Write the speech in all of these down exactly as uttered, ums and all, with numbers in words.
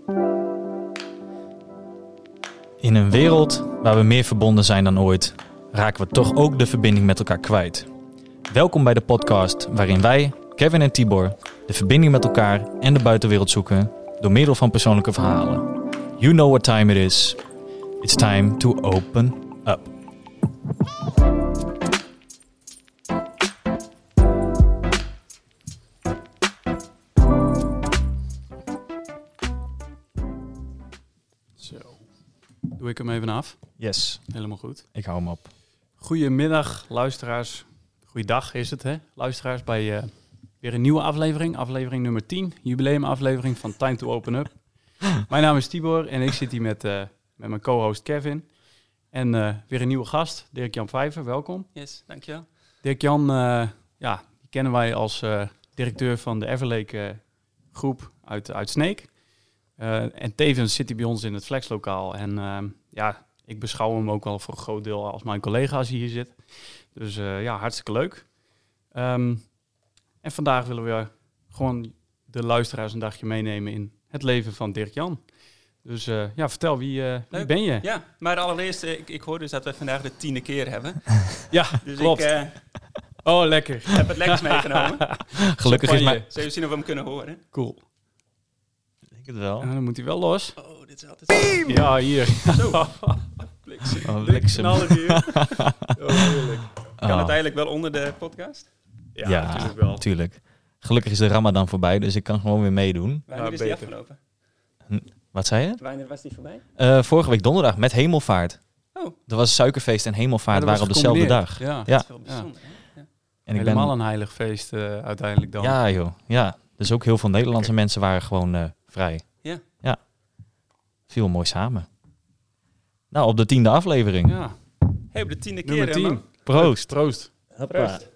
In een wereld waar we meer verbonden zijn dan ooit, raken we toch ook de verbinding met elkaar kwijt. Welkom bij de podcast waarin wij, Kevin en Tibor, de verbinding met elkaar en de buitenwereld zoeken door middel van persoonlijke verhalen. You know what time it is. It's time to open up. Doe ik hem even af? Yes. Helemaal goed. Ik hou hem op. Goedemiddag, luisteraars. Goeiedag is het, hè? Luisteraars bij uh, weer een nieuwe aflevering. Aflevering nummer tien. Jubileumaflevering van Time to Open Up. Mijn naam is Tibor en ik zit hier met, uh, met mijn co-host Kevin. En uh, weer een nieuwe gast, Dirk-Jan Vijver. Welkom. Yes, dankjewel. Dirk-Jan, uh, ja, die kennen wij als uh, directeur van de Everlake uh, groep uit, uit Sneek. Uh, en tevens zit hij bij ons in het flexlokaal. En uh, ja, ik beschouw hem ook wel voor een groot deel als mijn collega als hij hier zit. Dus uh, ja, hartstikke leuk. Um, en vandaag willen we gewoon de luisteraars een dagje meenemen in het leven van Dirk-Jan. Dus uh, ja, vertel, wie, uh, wie ben je? Ja, maar allereerst, uh, ik, ik hoor dus dat we vandaag de tiende keer hebben. Ja, dus klopt. Ik uh, oh, lekker. heb het lekkers meegenomen. Gelukkig is mijn... Zullen we zien of we hem kunnen horen? Cool. Ik denk het wel. En dan moet hij wel los. Oh, dit is altijd... Ja, hier. Zo. Bliksem. Oh, bliksem. Knallen hier. Oh, heerlijk. Kan Oh. het eigenlijk wel onder de podcast? Ja, Ja, natuurlijk wel. tuurlijk. Gelukkig is de Ramadan voorbij, dus ik kan gewoon weer meedoen. Wanneer Ja, is die beter. afgelopen? Wat zei je? Wanneer was die voorbij? Uh, vorige week donderdag met Hemelvaart. Oh. Er was suikerfeest en Hemelvaart Ja, waren dat op was dezelfde gecombineerd. dag. Ja. Ja. Dat is wel bijzonder, hè? Ja. En ik Helemaal ben... een heilig feest uh, uiteindelijk dan. Ja joh, ja. Dus ook heel veel Nederlandse Lekker. mensen waren gewoon uh, vrij. Ja. Ja. Viel mooi samen. Nou, op de tiende aflevering. Ja. Hey, op de tiende keer, Nummer hè, tien. man? Proost. Proost. Proost.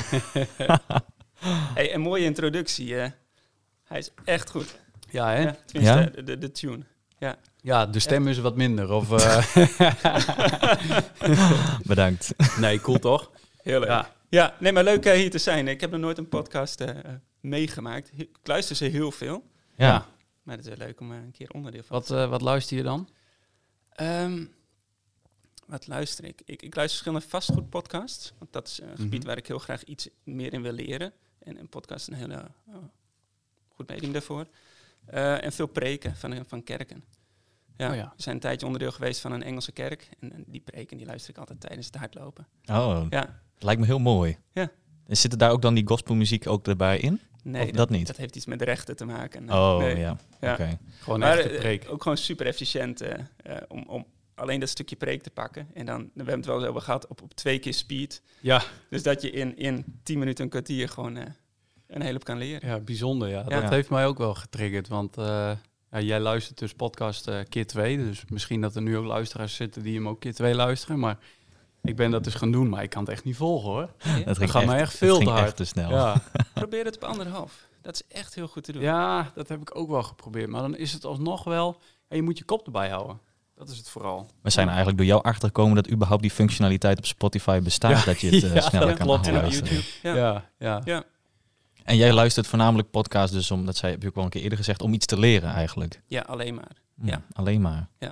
Hey, een mooie introductie. Uh, hij is echt goed. Ja, hè? Ja, tenminste, Ja? De, de, de tune. Ja. Ja, de stem is wat minder. Of, uh... Bedankt. nee, cool toch? Heel leuk. Ja. Ja, nee, maar leuk uh, hier te zijn. Ik heb nog nooit een podcast uh, meegemaakt. Ik luister ze heel veel. Ja. Ja. Maar het is wel leuk om uh, een keer onderdeel van Wat, uh, wat luister je dan? Um, wat luister ik? ik? Ik luister verschillende vastgoedpodcasts. Want dat is een gebied Mhm. waar ik heel graag iets meer in wil leren. En een podcast is een hele uh, goed medium daarvoor. Uh, en veel preken van, van kerken. Ja, Oh ja. We zijn een tijdje onderdeel geweest van een Engelse kerk. En, en die preken die luister ik altijd tijdens het hardlopen. Oh, Ja. lijkt me heel mooi. Ja. En zit er daar ook dan die gospelmuziek ook erbij in? Nee, Of dat niet? Dat heeft iets met de rechten te maken. Oh, Nee. ja. Ja. Oké. Gewoon Maar echt de eh, preek. ook gewoon super efficiënt uh, uh, om, om alleen dat stukje preek te pakken. En dan, we hebben het wel eens over gehad, op, op twee keer speed. Ja. Dus dat je in, in tien minuten, een kwartier gewoon uh, een hele hoop kan leren. ja, bijzonder. Ja. Ja. Dat heeft mij ook wel getriggerd. Want uh, ja, jij luistert dus podcast uh, keer twee. Dus misschien dat er nu ook luisteraars zitten die hem ook keer twee luisteren. Maar ik ben dat dus gaan doen. Maar ik kan het echt niet volgen hoor. Ja? Dat ging gaat echt, mij echt dat veel ging te hard. echt te snel. Ja. Probeer het op anderhalf. Dat is echt heel goed te doen. ja, dat heb ik ook wel geprobeerd. Maar dan is het alsnog wel... Ja, je moet je kop erbij houden. Dat is het vooral. We zijn eigenlijk door jou achtergekomen dat überhaupt die functionaliteit op Spotify bestaat. Ja, dat je het uh, ja, sneller dat kan klopt. En op luisteren. YouTube. Ja. Ja, ja. Ja. En jij luistert voornamelijk podcasts, dus om, dat zei, heb je ook wel een keer eerder gezegd, om iets te leren eigenlijk. Ja, alleen maar. Hm, Ja. Alleen maar. Ja.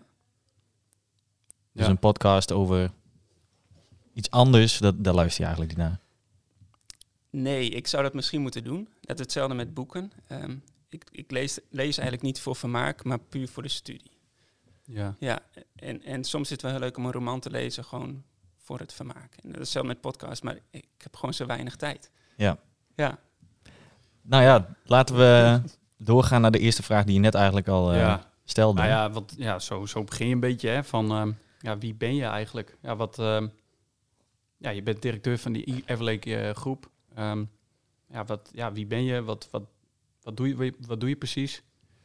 Dus Ja. een podcast over iets anders, dat, daar luister je eigenlijk niet naar. Nee, ik zou dat misschien moeten doen. Dat is hetzelfde met boeken. Um, ik ik lees, lees eigenlijk niet voor vermaak, maar puur voor de studie. Ja. Ja, en, en soms is het wel heel leuk om een roman te lezen, gewoon voor het vermaak. En dat is hetzelfde met podcasts, maar ik heb gewoon zo weinig tijd. Ja. Ja. Nou ja, laten we doorgaan naar de eerste vraag die je net eigenlijk al uh, Ja. stelde. Nou ja, wat, ja zo, zo begin je een beetje hè, van um, ja, wie ben je eigenlijk? Ja, wat, um, ja, je bent directeur van die Everlake uh, groep. Um, ja, wat, ja, wie ben je? Wat, wat, wat, doe, je, wat doe je precies?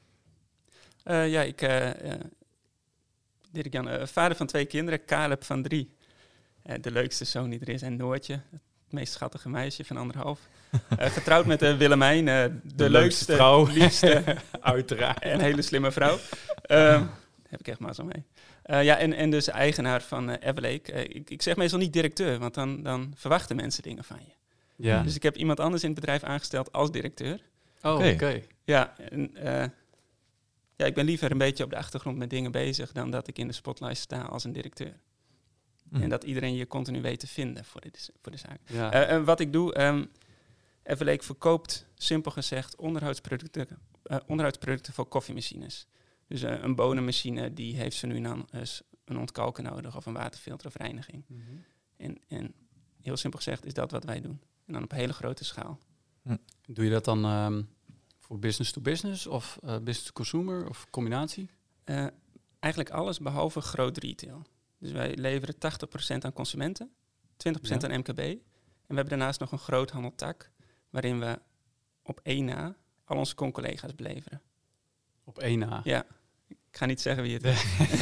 Uh, ja, ik... Uh, uh, Dirk-Jan, uh, vader van twee kinderen, Caleb van drie. Uh, de leukste zoon die er is. En Noortje, het meest schattige meisje van anderhalf. Uh, getrouwd met uh, Willemijn, uh, de, de leukste, vrouw. liefste Uiteraard. en hele slimme vrouw. Uh, daar heb ik echt maar zo mee. Uh, ja, en, en dus eigenaar van uh, Everlake. Uh, ik, ik zeg meestal niet directeur, want dan, dan verwachten mensen dingen van je. Ja. Dus ik heb iemand anders in het bedrijf aangesteld als directeur. Oh, oké. Oké. Okay. Ja, en, uh, ja, ik ben liever een beetje op de achtergrond met dingen bezig dan dat ik in de spotlight sta als een directeur. Hm. En dat iedereen je continu weet te vinden voor de, voor de zaak. Ja. Uh, en wat ik doe, um, Everlake verkoopt, simpel gezegd, onderhoudsproducten, uh, onderhoudsproducten voor koffiemachines. Dus uh, een bonenmachine, die heeft ze nu dan eens een ontkalken nodig of een waterfilter of reiniging. Mm-hmm. En, en heel simpel gezegd is dat wat wij doen. En dan op hele grote schaal. Hm. Doe je dat dan um, voor business to business of uh, business to consumer of combinatie? Uh, eigenlijk alles behalve groot retail. Dus wij leveren tachtig procent aan consumenten, twintig procent ja. aan M K B. En we hebben daarnaast nog een groothandeltak, waarin we op één na al onze con-collega's beleveren. Op één na? Ja. Ik ga niet zeggen wie het is.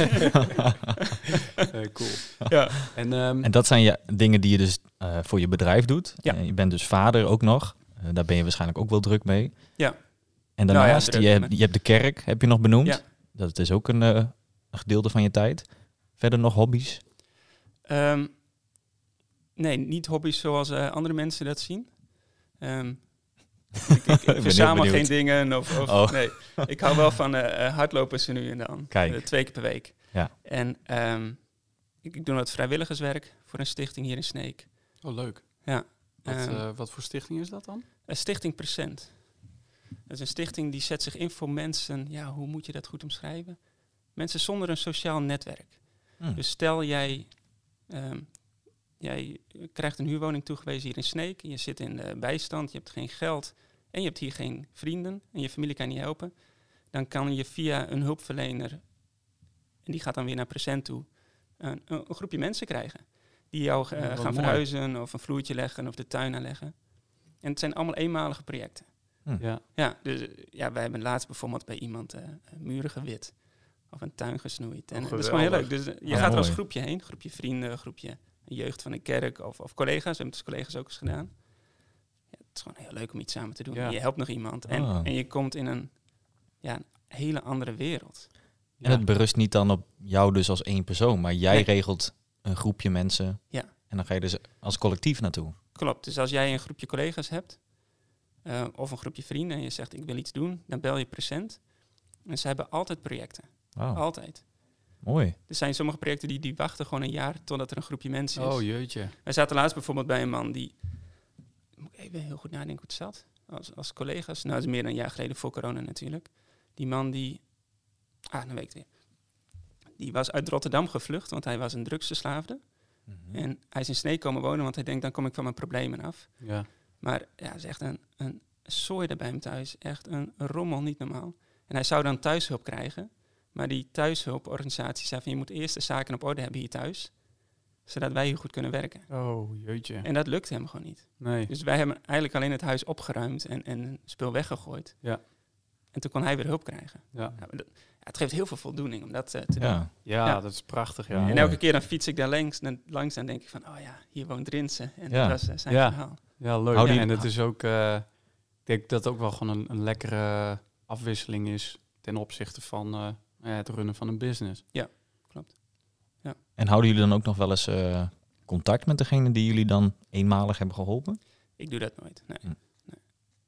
uh, cool. Ja. En, um, en dat zijn je dingen die je dus uh, voor je bedrijf doet. Ja. Uh, je bent dus vader ook nog. Uh, daar ben je waarschijnlijk ook wel druk mee. Ja. En daarnaast, nou ja, je, hebt, je hebt de kerk, heb je nog benoemd. Ja. Dat is ook een, uh, een gedeelte van je tijd. Verder nog hobby's? Um, nee, niet hobby's zoals uh, andere mensen dat zien. Um, ik ik, ik verzamel geen dingen. Of, of, oh. Nee, ik hou wel van uh, hardlopen ze nu en dan. Kijk. Uh, twee keer per week. Ja. En um, ik, ik doe wat vrijwilligerswerk voor een stichting hier in Sneek. Oh, leuk. Ja. Wat, um, uh, wat voor stichting is dat dan? Een Stichting Present. Dat is een stichting die zet zich in voor mensen... Ja, hoe moet je dat goed omschrijven? Mensen zonder een sociaal netwerk. Hmm. Dus stel jij... Um, jij krijgt een huurwoning toegewezen hier in Sneek. Je zit in de bijstand, je hebt geen geld... en je hebt hier geen vrienden en je familie kan niet helpen... dan kan je via een hulpverlener... en die gaat dan weer naar Present toe... een, een groepje mensen krijgen... die jou uh, gaan mooi. verhuizen of een vloertje leggen of de tuin aanleggen. En het zijn allemaal eenmalige projecten. Hm. Ja. Ja, dus ja, wij hebben laatst bijvoorbeeld bij iemand uh, muren gewit... of een tuin gesnoeid. En oh, dat is gewoon heel leuk. Dus uh, je oh, gaat er als mooi. groepje heen. Groepje vrienden, groepje jeugd van een kerk of, of collega's. We hebben het als collega's ook eens gedaan. Ja, het is gewoon heel leuk om iets samen te doen. Ja. Je helpt nog iemand. En, oh. en je komt in een, ja, een hele andere wereld. En ja. het berust niet dan op jou dus als één persoon. Maar jij nee. regelt een groepje mensen. Ja. En dan ga je dus als collectief naartoe. Klopt. Dus als jij een groepje collega's hebt... Uh, of een groepje vrienden en je zegt ik wil iets doen... dan bel je Present. En ze hebben altijd projecten. Oh. Altijd. Mooi. Er zijn sommige projecten die, die wachten gewoon een jaar... totdat er een groepje mensen is. Oh, jeetje. Wij zaten laatst bijvoorbeeld bij een man die... Moet ik even heel goed nadenken hoe het zat. Als, als collega's. Nou, dat is meer dan een jaar geleden voor corona natuurlijk. Die man die... Ah, dan weet ik het weer. Die was uit Rotterdam gevlucht, want hij was een drugsverslaafde. Mm-hmm. En hij is in Sneek komen wonen, want hij denkt... dan kom ik van mijn problemen af. Ja. Maar ja, het is echt een, een zooi daar bij hem thuis. Echt een, een rommel, niet normaal. En hij zou dan thuishulp krijgen. Maar die thuishulporganisatie zei van... je moet eerst de zaken op orde hebben hier thuis. Zodat wij hier goed kunnen werken. Oh, jeetje. En dat lukte hem gewoon niet. Nee. Dus wij hebben eigenlijk alleen het huis opgeruimd en, en spul weggegooid. Ja. En toen kon hij weer hulp krijgen. Ja. Ja, dat, ja, het geeft heel veel voldoening om dat uh, te ja. doen. Ja, ja, dat is prachtig. Ja. En mooi. elke keer dan fiets ik daar langs en, langs en denk ik van... oh ja, hier woont Rinse. En Ja. dat was uh, zijn Ja. verhaal. Ja, leuk. Hou die- Ja, en het is ook... Uh, ik denk dat het ook wel gewoon een, een lekkere afwisseling is... ten opzichte van uh, het runnen van een business. Ja, klopt. Ja. En houden jullie dan ook nog wel eens uh, contact met degene die jullie dan eenmalig hebben geholpen? Ik doe dat nooit, nee. Hm. nee.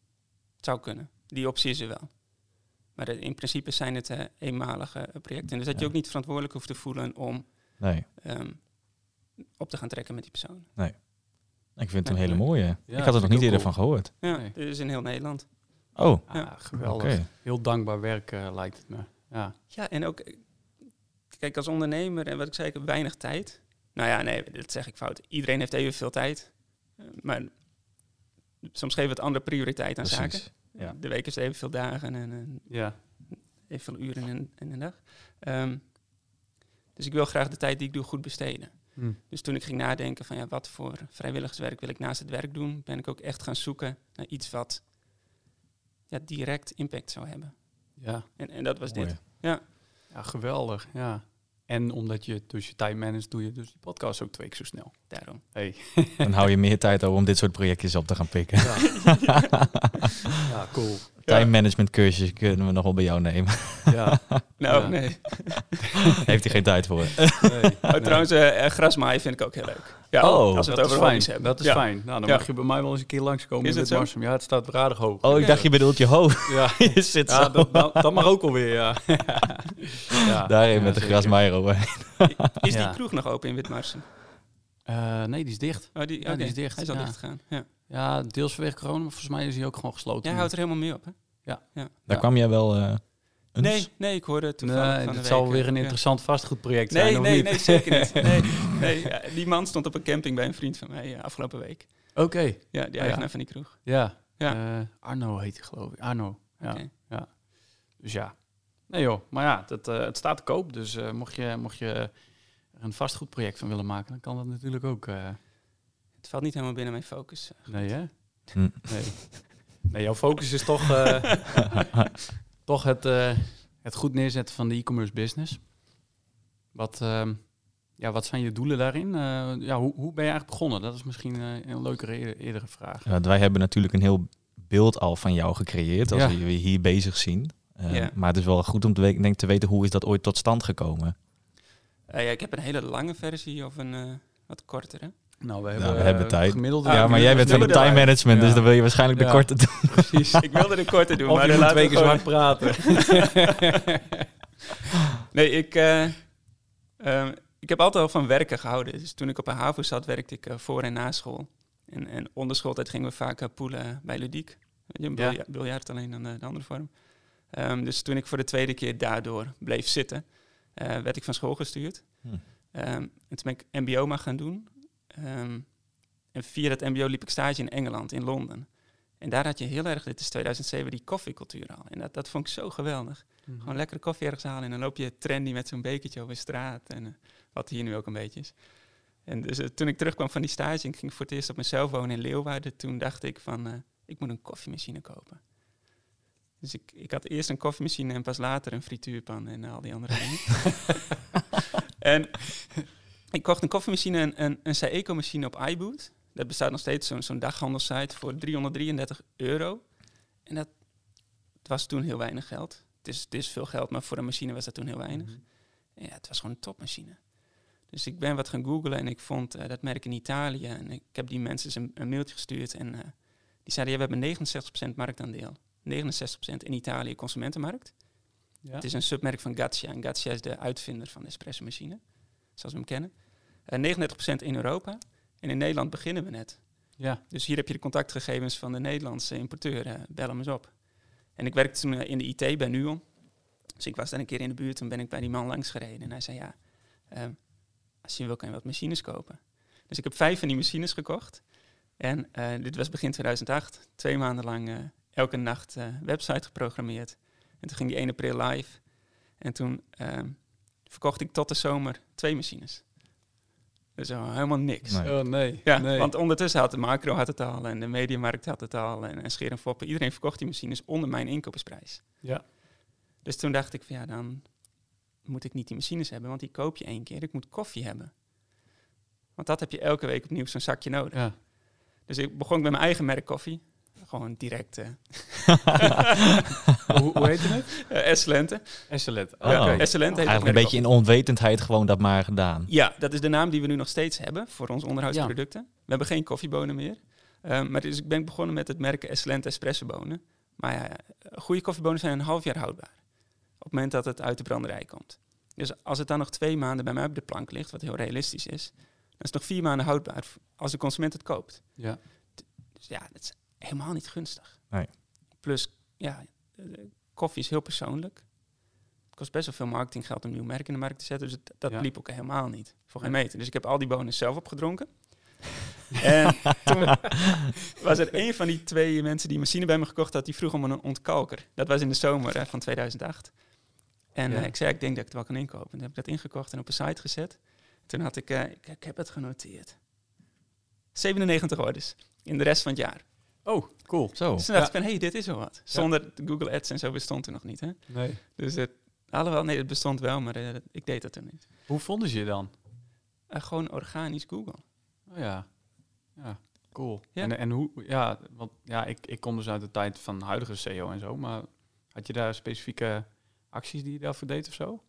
Het zou kunnen. Die optie is er wel. Maar uh, in principe zijn het uh, eenmalige uh, projecten. Dus dat Ja. je ook niet verantwoordelijk hoeft te voelen om Nee. um, op te gaan trekken met die persoon. Ik vind het Ja, een hele leuk. mooie. Ja, ik had vind er nog ik niet ook eerder cool. van gehoord. Ja, Nee. dit is in heel Nederland. Oh, Ah, Ja. geweldig. Oké. Heel dankbaar werk uh, lijkt het me. Ja. Ja, en ook, eh, kijk, als ondernemer, en wat ik zei, ik heb weinig tijd. Nou ja, nee, dat zeg ik fout. Iedereen heeft evenveel tijd. Uh, maar soms geven we het andere prioriteit aan Precies. zaken. Ja. De week is evenveel dagen en, en Ja. evenveel uren in, in een dag. Um, dus ik wil graag de tijd die ik doe goed besteden. Hm. Dus toen ik ging nadenken van ja, wat voor vrijwilligerswerk wil ik naast het werk doen, ben ik ook echt gaan zoeken naar iets wat ja, direct impact zou hebben. Ja. En, en dat was Mooi. dit. Ja. Ja, geweldig. Ja. En omdat je dus je tijd managt, doe je dus die podcast ook twee keer zo snel. Daarom. Hey. Dan hou je meer tijd over om dit soort projectjes op te gaan pikken. Ja, ja cool. time management cursus kunnen we nog wel bij jou nemen. Ja. Nou, Ja. nee. Heeft hij geen tijd voor. Nee. Oh, trouwens, uh, grasmaaien vind ik ook heel leuk. Ja, Oh, als we het Dat is over fijn. hobby's hebben. Dat is ja. fijn. Nou, dan Ja. mag je bij mij wel eens een keer langskomen Is in het het zo? Marsum. Ja, het staat aardig hoog. Oh, ik Ja. dacht je bedoelt je hoofd. Ja, Je zit ja zo dat, dat, dat mag ook alweer, ja. ja. daarin Ja, met de zeker. grasmaaier overheen. Is die Ja. kroeg nog open in Witmarsum? Uh, nee, die is dicht. Oh, die, Ja, oké. die is dicht, Hij is al ja. dicht gegaan. Ja. Ja, deels vanwege corona, maar volgens mij is hij ook gewoon gesloten. Jij houdt er helemaal mee op, hè? Ja. ja. Daar Ja. kwam jij wel uh, eens? Nee, nee, ik hoorde het toevallig Nee, van de dat zal week, weer een ja. interessant vastgoedproject Nee, zijn, of nee, niet? nee, zeker niet. Nee, nee, ja, die man stond op een camping bij een vriend van mij uh, afgelopen week. Oké, Ja, die ja. eigenaar van die kroeg. ja. Ja. Uh, Arno heet hij geloof ik. Arno, ja. Oké. ja. Dus ja. Nee joh, maar ja, dat, uh, het staat te koop. Dus uh, mocht, je, mocht je er een vastgoedproject van willen maken, dan kan dat natuurlijk ook. Uh... Het valt niet helemaal binnen mijn focus. Nee hè? Hm. Nee. Nee, jouw focus is toch, uh, toch het, uh, het goed neerzetten van de e-commerce business. Wat, uh, ja, wat zijn je doelen daarin? Uh, ja, hoe, hoe ben je eigenlijk begonnen? Dat is misschien uh, een leukere eer, eerdere vraag. Ja, wij hebben natuurlijk een heel beeld al van jou gecreëerd als Ja. we je hier bezig zien. Uh, Ja. Maar het is wel goed om te, we- denk, te weten hoe is dat ooit tot stand gekomen. Uh, ja, ik heb een hele lange versie of een uh, wat kortere. Nou, we Nou, hebben, we hebben uh, tijd. gemiddelde. Ah, ja, maar nu- jij bent van nu de we time erbij. management, dus Ja. dan wil je waarschijnlijk de Ja. korte doen. Precies. Ik wilde de korte doen, Of maar je dan moet laten twee we keer zo gewoon- hard praten. Nee, ik, uh, uh, ik heb altijd al van werken gehouden. Dus toen ik op een HAVO zat, werkte ik uh, voor en na school. En, en onder schooltijd gingen we vaak uh, poelen bij Ludiek. Weet je, een Ja. bilja- biljart alleen dan de, de andere vorm. Um, dus toen ik voor de tweede keer daardoor bleef zitten, uh, werd ik van school gestuurd. Hm. Um, en toen ben ik M B O maar gaan doen. Um, en via dat M B O liep ik stage in Engeland, in Londen. En daar had je heel erg, dit is tweeduizend zeven, die koffiecultuur al. En dat, dat vond ik zo geweldig. Gewoon lekkere koffie ergens halen en dan loop je trendy met zo'n bekertje over de straat. En uh, wat hier nu ook een beetje is. En dus uh, toen ik terugkwam van die stage en ik ging voor het eerst op mezelf wonen in Leeuwarden, toen dacht ik van, uh, ik moet een koffiemachine kopen. Dus ik, ik had eerst een koffiemachine en pas later een frituurpan en uh, al die andere dingen. En ik kocht een koffiemachine en een, een Saeco-machine op iBoot. Dat bestaat nog steeds, zo'n, zo'n daghandelsite, voor driehonderddrieëndertig euro. En dat het was toen heel weinig geld. Het is, het is veel geld, maar voor een machine was dat toen heel weinig. Mm-hmm. En ja, het was gewoon een topmachine. Dus ik ben wat gaan googlen en ik vond uh, dat merk in Italië. En ik heb die mensen een, een mailtje gestuurd en uh, die zeiden, ja, we hebben negenenzestig procent marktaandeel. negenenzestig procent in Italië consumentenmarkt. Ja. Het is een submerk van Gazia. En Gazia is de uitvinder van de espresso-machine, zoals we hem kennen. Uh, negenendertig procent in Europa. En in Nederland beginnen we net. Ja. Dus hier heb je de contactgegevens van de Nederlandse importeur. Uh, bel hem eens op. En ik werkte toen uh, in de I T bij Nuon. Dus ik was daar een keer in de buurt. Toen ben ik bij die man langs gereden. En hij zei, ja, uh, als je wil kan je wat machines kopen. Dus ik heb vijf van die machines gekocht. En uh, dit was begin tweeduizend acht. Twee maanden lang uh, elke nacht uh, website geprogrammeerd. En toen ging die één april live. En toen uh, verkocht ik tot de zomer twee machines. Dus uh, helemaal niks. Nee. Oh nee. Ja, nee. want ondertussen had de macro had het al en de mediamarkt had het al en, en Scheer en Foppen. Iedereen verkocht die machines onder mijn inkoopprijs. Ja. Dus toen dacht ik van ja, dan moet ik niet die machines hebben, want die koop je één keer. Ik moet koffie hebben. Want dat heb je elke week opnieuw zo'n zakje nodig. Ja. Dus ik begon met mijn eigen merk koffie. Gewoon direct. Uh, hoe, hoe heet het? uh, Excellente. Excellent. Oh. Ja, Oké. Excellente heet het Eigenlijk een merk beetje in onwetendheid gewoon dat maar gedaan. Ja, dat is de naam die we nu nog steeds hebben voor onze onderhoudsproducten. We hebben geen koffiebonen meer. Um, maar dus ik ben begonnen met het merken Excellente espressobonen. Maar ja, goede koffiebonen zijn een half jaar houdbaar. Op het moment dat het uit de branderij komt. Dus als het dan nog twee maanden bij mij op de plank ligt, wat heel realistisch is, dan is het nog vier maanden houdbaar als de consument het koopt. Ja. Dus ja, dat is helemaal niet gunstig. Nee. Plus, ja, koffie is heel persoonlijk. Het kost best wel veel marketinggeld om een nieuw merk in de markt te zetten. Dus het, dat Ja. liep ook helemaal niet. Voor geen meter. Dus ik heb al die bonen zelf opgedronken. En toen was er een van die twee mensen die een machine bij me gekocht had, die vroeg om een ontkalker. Dat was in de zomer hè, van tweeduizend acht. En Ja. uh, ik zei, ik denk dat ik het wel kan inkopen. En toen heb ik dat ingekocht en op een site gezet. Toen had ik, uh, ik, ik heb het genoteerd. zevenennegentig orders in de rest van het jaar. Oh, cool. Zo. Dus toen dacht Ja. ik van, hé, dit is wel wat. Zonder Google Ads en zo bestond er nog niet, hè. Nee. Dus het, alhoewel, nee, het bestond wel, maar uh, ik deed dat toen niet. Hoe vonden ze je dan? Uh, gewoon organisch Google. Oh ja. Ja. cool. Ja. En, en hoe, ja, want ja, ik, ik kom dus uit de tijd van huidige S E O en zo, maar had je daar specifieke acties die je daarvoor deed of zo?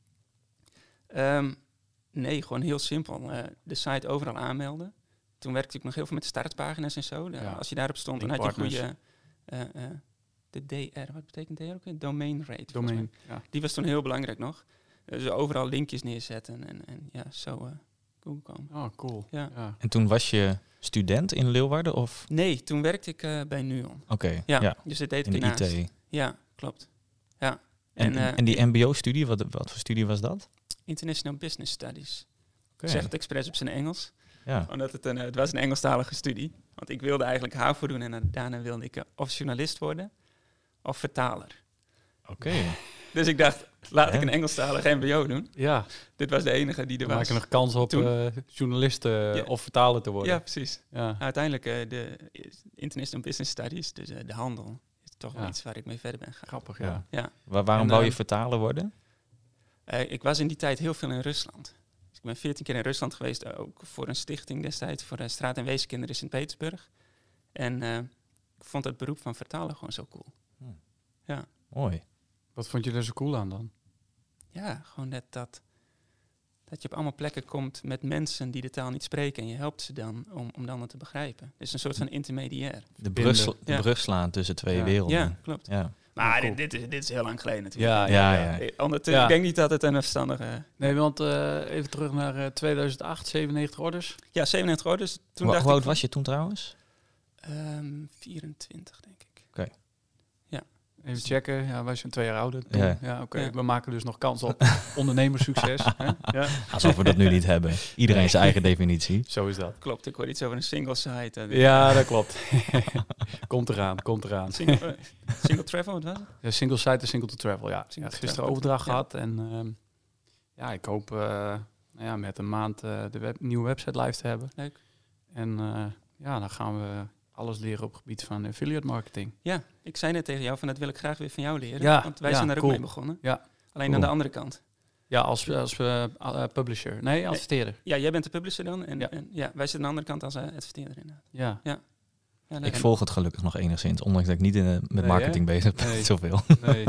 Um, nee, gewoon heel simpel. Uh, de site overal aanmelden. Toen werkte ik nog heel veel met startpagina's en zo. De, Ja. Als je daarop stond, dan had je een goede... Uh, uh, de D R, wat betekent D R ook weer? Domain rate. Domain, ja. Die was toen heel belangrijk nog. Dus overal linkjes neerzetten en, en ja, zo uh, Google komen. Oh, cool. Ja. Ja. En toen was je student in Leeuwarden? Of? Nee, toen werkte ik uh, bij Nuon. Oké, okay, ja, ja. Dus dat deed in ik de ernaast. I T. Ja, klopt. Ja. En, en, uh, en die M B O-studie, wat, wat voor studie was dat? International Business Studies. Okay. Ik zeg het expres op zijn Engels. Ja. Omdat het, een, het was een Engelstalige studie. Want ik wilde eigenlijk HAVO doen en daarna wilde ik uh, of journalist worden of vertaler. Oké. Okay. Dus ik dacht, laat ik een Engelstalig M B O doen. Ja. Dit was de enige die er Dan was. maak je nog kans op uh, journalist uh, ja. of vertaler te worden. Ja, precies. Ja. Uiteindelijk uh, de International Business Studies, dus uh, de handel, is toch wel ja. iets waar ik mee verder ben gegaan. Grappig, ja. ja. Waar, waarom en, wou je uh, vertaler worden? Uh, ik was in die tijd heel veel in Rusland. Dus ik ben veertien keer in Rusland geweest, uh, ook voor een stichting destijds, voor uh, straat- en weeskinderen in Sint-Petersburg. En uh, ik vond het beroep van vertaler gewoon zo cool. Hmm. Ja. Mooi. Wat vond je er zo cool aan dan? Ja, gewoon net dat, dat je op allemaal plekken komt met mensen die de taal niet spreken en je helpt ze dan om, om dan het te begrijpen. Dus een soort van intermediair. De brug, sla, de ja. brug slaan tussen twee ja. werelden. Ja, klopt. Ja. Maar cool. dit, dit, is, dit is heel lang geleden natuurlijk. Ja, ja, ja. ja. ja. ja. Ik denk niet dat het een verstandige... Nee, want uh, even terug naar uh, tweeduizend acht, zevenennegentig orders. Ja, zevenennegentig orders. Toen Hoe, dacht hoe oud ik was je toen trouwens? Um, vierentwintig, denk ik. Oké. Okay. Ja. Even checken. Ja, wij zijn twee jaar ouder. Ja, ja oké. Okay. Ja. We maken dus nog kans op ondernemerssucces. Hè? Ja. Alsof we dat nu niet hebben. Iedereen nee. zijn eigen definitie. Zo is dat. Klopt, ik hoor iets over een single site. Ja, dat klopt. komt eraan, komt eraan. Single, uh, single travel, wat was het? Ja, single site en single to travel, ja. ja gisteren travel. overdracht ja. gehad. En um, ja, ik hoop uh, nou ja, met een maand uh, de web, nieuwe website live te hebben. Leuk. En uh, ja, dan gaan we alles leren op het gebied van affiliate marketing. Ja, ik zei net tegen jou van dat wil ik graag weer van jou leren. Ja, want wij ja, zijn daar cool. ook mee begonnen. Ja. Alleen cool. aan de andere kant. Ja, als, als uh, uh, publisher. Nee, adverteerder. Nee, ja, jij bent de publisher dan. En ja, en, ja wij zitten aan de andere kant als uh, adverteerder inderdaad. Ja. ja. ja ik volg het gelukkig nog enigszins, ondanks dat ik niet in, uh, met nee, marketing hè? bezig ben. Nee. Zoveel. Nee,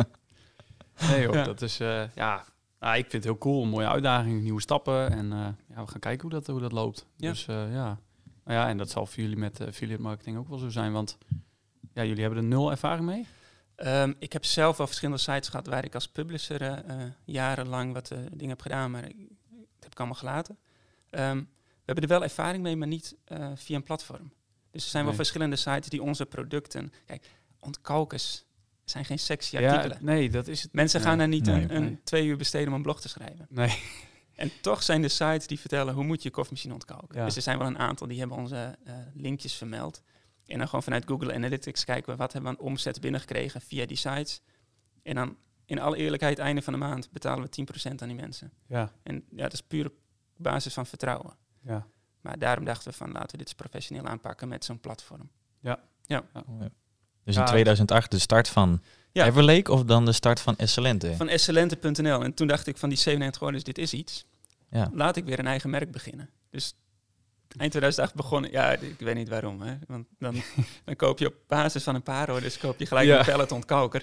nee hoor, ja. dat is... Uh, ja, nou, ik vind het heel cool. Een mooie uitdaging, nieuwe stappen. En uh, ja, we gaan kijken hoe dat, hoe dat loopt. Ja. Dus uh, ja... Nou ja, en dat zal voor jullie met uh, affiliate marketing ook wel zo zijn, want ja, jullie hebben er nul ervaring mee? Um, ik heb zelf wel verschillende sites gehad waar ik als publisher uh, uh, jarenlang wat uh, dingen heb gedaan, maar ik, dat heb ik allemaal gelaten. Um, we hebben er wel ervaring mee, maar niet uh, via een platform. Dus er zijn nee. wel verschillende sites die onze producten... Kijk, ontkalkers zijn geen sexy artikelen. Ja, nee, dat is het. Mensen nee. gaan er niet nee, een, een nee. twee uur besteden om een blog te schrijven. Nee. En toch zijn er sites die vertellen hoe moet je koffiemachine ontkalken. Ja. Dus er zijn wel een aantal die hebben onze uh, linkjes vermeld. En dan gewoon vanuit Google Analytics kijken we wat hebben we aan omzet binnengekregen via die sites. En dan in alle eerlijkheid, einde van de maand betalen we tien procent aan die mensen. Ja. En ja, dat is puur op basis van vertrouwen. Ja. Maar daarom dachten we van laten we dit eens professioneel aanpakken met zo'n platform. Ja. Ja. ja. Dus in tweeduizend acht de start van ja. Everlake of dan de start van Excellente? Van Excellente punt n l. En toen dacht ik van die zevenennegentig orders, dit is iets. Ja. Laat ik weer een eigen merk beginnen. Dus eind tweeduizend acht begonnen. Ja, ik weet niet waarom. Hè? Want dan, dan koop je op basis van een paar orders koop je gelijk ja. een pelleton kalker.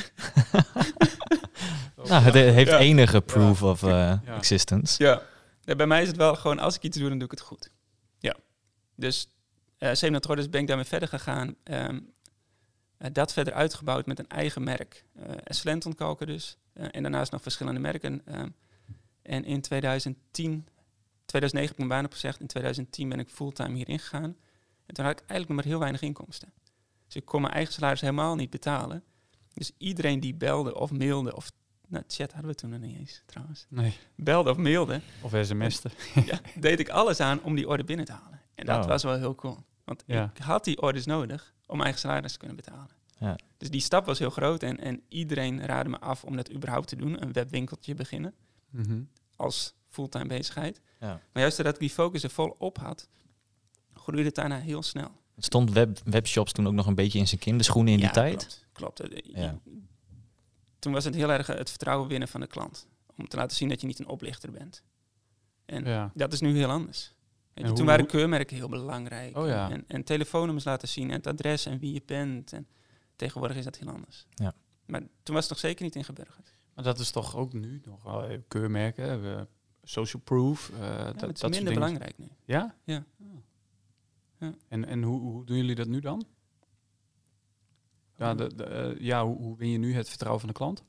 nou, het heeft ja. enige proof ja. of uh, ja. existence. Ja. ja. Bij mij is het wel gewoon, als ik iets doe, dan doe ik het goed. Ja. Dus uh, zevenennegentig orders ben ik daarmee verder gegaan. Um, uh, dat verder uitgebouwd met een eigen merk. Uh, Excellent ontkalker dus. Uh, en daarnaast nog verschillende merken. Um, en in tweeduizend tien... tweeduizend negen heb ik mijn baan opgezegd. In tweeduizend tien ben ik fulltime hierin gegaan. En toen had ik eigenlijk nog maar heel weinig inkomsten. Dus ik kon mijn eigen salaris helemaal niet betalen. Dus iedereen die belde of mailde... of nou, chat hadden we toen nog niet eens trouwens. Nee. Belde of mailde. Of sms'te. Ja, deed ik alles aan om die order binnen te halen. En dat oh. was wel heel cool. Want ja. ik had die orders nodig om mijn eigen salaris te kunnen betalen. Ja. Dus die stap was heel groot. En, en iedereen raadde me af om dat überhaupt te doen. Een webwinkeltje beginnen. Mm-hmm. Als fulltime bezigheid. Ja. Maar juist doordat ik die focus er vol op had, groeide het daarna heel snel. Stond web, webshops toen ook nog een beetje in zijn kinderschoenen in ja, die tijd? Klopt. klopt. Ja. Toen was het heel erg het vertrouwen winnen van de klant. Om te laten zien dat je niet een oplichter bent. En ja. dat is nu heel anders. En En toen hoe- waren hoe- keurmerken heel belangrijk. Oh ja. en, en telefoonnummers laten zien en het adres en wie je bent. En tegenwoordig is dat heel anders. Ja. Maar toen was het nog zeker niet ingeburgerd. Maar dat is toch ook nu nog wel eh, keurmerken, uh, social proof. Uh, Ja, dat, het dat is soort minder dingen. belangrijk nu. Ja? Ja. Oh. Ja. En, en hoe, hoe doen jullie dat nu dan? Ja, de, de, uh, ja hoe, hoe win je nu het vertrouwen van de klant?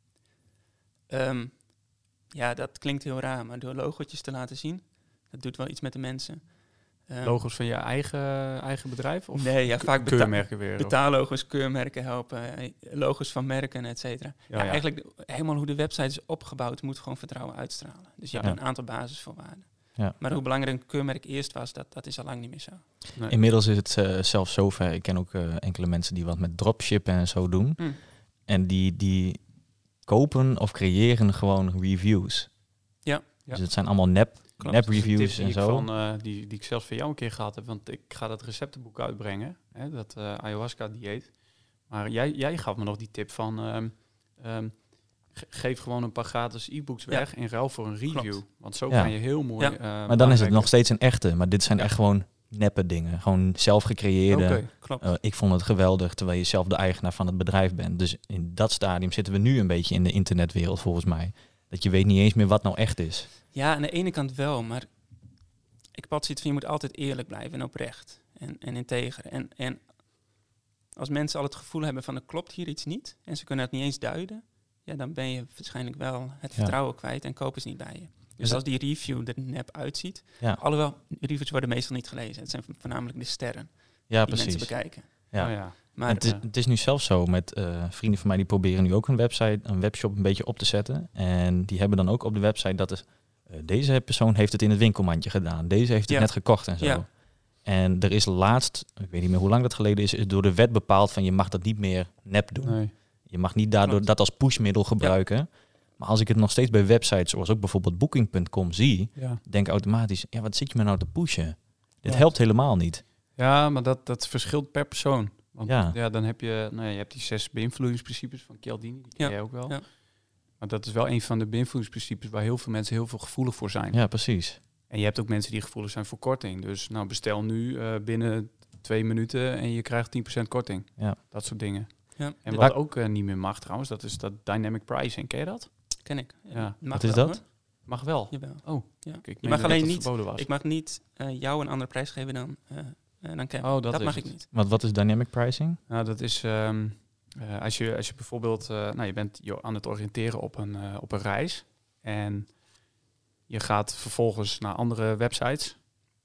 Um, ja, dat klinkt heel raar, maar door logootjes te laten zien, dat doet wel iets met de mensen. Um, Logo's van je eigen, eigen bedrijf? Of nee, ja, vaak beta- keurmerken weer? betaallogo's, keurmerken helpen, eh, logo's van merken, et cetera. Ja, Ja, ja. Eigenlijk de- helemaal hoe de website is opgebouwd, moet gewoon vertrouwen uitstralen. Dus je Ja. hebt een aantal basisvoorwaarden. Ja. Maar hoe belangrijk een keurmerk eerst was, dat, dat is al lang niet meer zo. Nee. Inmiddels is het uh, zelfs zover. Ik ken ook uh, enkele mensen die wat met dropshippen en zo doen. Mm. En die, die kopen of creëren gewoon reviews. Ja. Dus het zijn allemaal nep, Klopt. nep Dat is een reviews tip die en ik zo. Van, uh, die, die ik zelfs voor jou een keer gehad heb. Want ik ga dat receptenboek uitbrengen. Hè, dat uh, ayahuasca-dieet. Maar jij, jij gaf me nog die tip van... Um, um, ge- geef gewoon een paar gratis e-books Ja. weg in ruil voor een review. Klopt. Want zo Ja. kan je heel mooi... Ja. Uh, Maar dan is het nog steeds een echte. Maar dit zijn Ja. echt gewoon neppe dingen. Gewoon zelf gecreëerde. Oké. Klopt. Uh, ik vond het geweldig, terwijl je zelf de eigenaar van het bedrijf bent. Dus in dat stadium zitten we nu een beetje in de internetwereld volgens mij. Dat je weet niet eens meer wat nou echt is. Ja, aan de ene kant wel, maar ik heb altijd zoiets van, je moet altijd eerlijk blijven en oprecht en, en integer. En, en als mensen al het gevoel hebben van er klopt hier iets niet en ze kunnen het niet eens duiden, ja, dan ben je waarschijnlijk wel het Ja. vertrouwen kwijt en kopen ze niet bij je. Dus dat- als die review er nep uitziet, Ja. alhoewel, reviews worden meestal niet gelezen. Het zijn voornamelijk de sterren Ja, die mensen precies. bekijken. Ja. Oh, ja. Maar En het, is, eh, het is nu zelfs zo met uh, vrienden van mij die proberen nu ook een website, een webshop een beetje op te zetten. En die hebben dan ook op de website dat er, uh, deze persoon heeft het in het winkelmandje gedaan. Deze heeft het Ja. net gekocht en zo. Ja. En er is laatst, ik weet niet meer hoe lang dat geleden is, is door de wet bepaald van je mag dat niet meer nep doen. nee. Je mag niet daardoor Klopt. dat als pushmiddel gebruiken. Maar als ik het nog steeds bij websites zoals ook bijvoorbeeld booking punt com zie, Ja. denk ik automatisch, ja, wat zit je me nou te pushen? Dit Ja. helpt helemaal niet. ja, maar dat, dat verschilt per persoon. Want Ja. ja, dan heb je, nou ja, je hebt die zes beïnvloedingsprincipes van Cialdini, die ken Ja. jij ook wel. Ja. Maar dat is wel een van de beïnvloedingsprincipes waar heel veel mensen heel veel gevoelig voor zijn. Ja, precies. En je hebt ook mensen die gevoelig zijn voor korting. Dus nou, bestel nu uh, binnen twee minuten en je krijgt tien procent korting. Ja. Dat soort dingen. ja, En dat wat ook uh, niet meer mag trouwens, dat is dat dynamic pricing. Ken je dat? ken ik. Ja. Mag Wat is wel, dat? hoor. Mag wel. Jawel. Oh, Ja. ik Je meen mag dat alleen dat niet- verboden was. Ik mag niet uh, jou een andere prijs geven dan, uh, uh, dan Kevin. Oh, dat dat is mag het. ik niet. Want wat is dynamic pricing? Nou, dat is um, uh, als, je, als je bijvoorbeeld, uh, nou, je bent je aan het oriënteren op een, uh, op een reis en je gaat vervolgens naar andere websites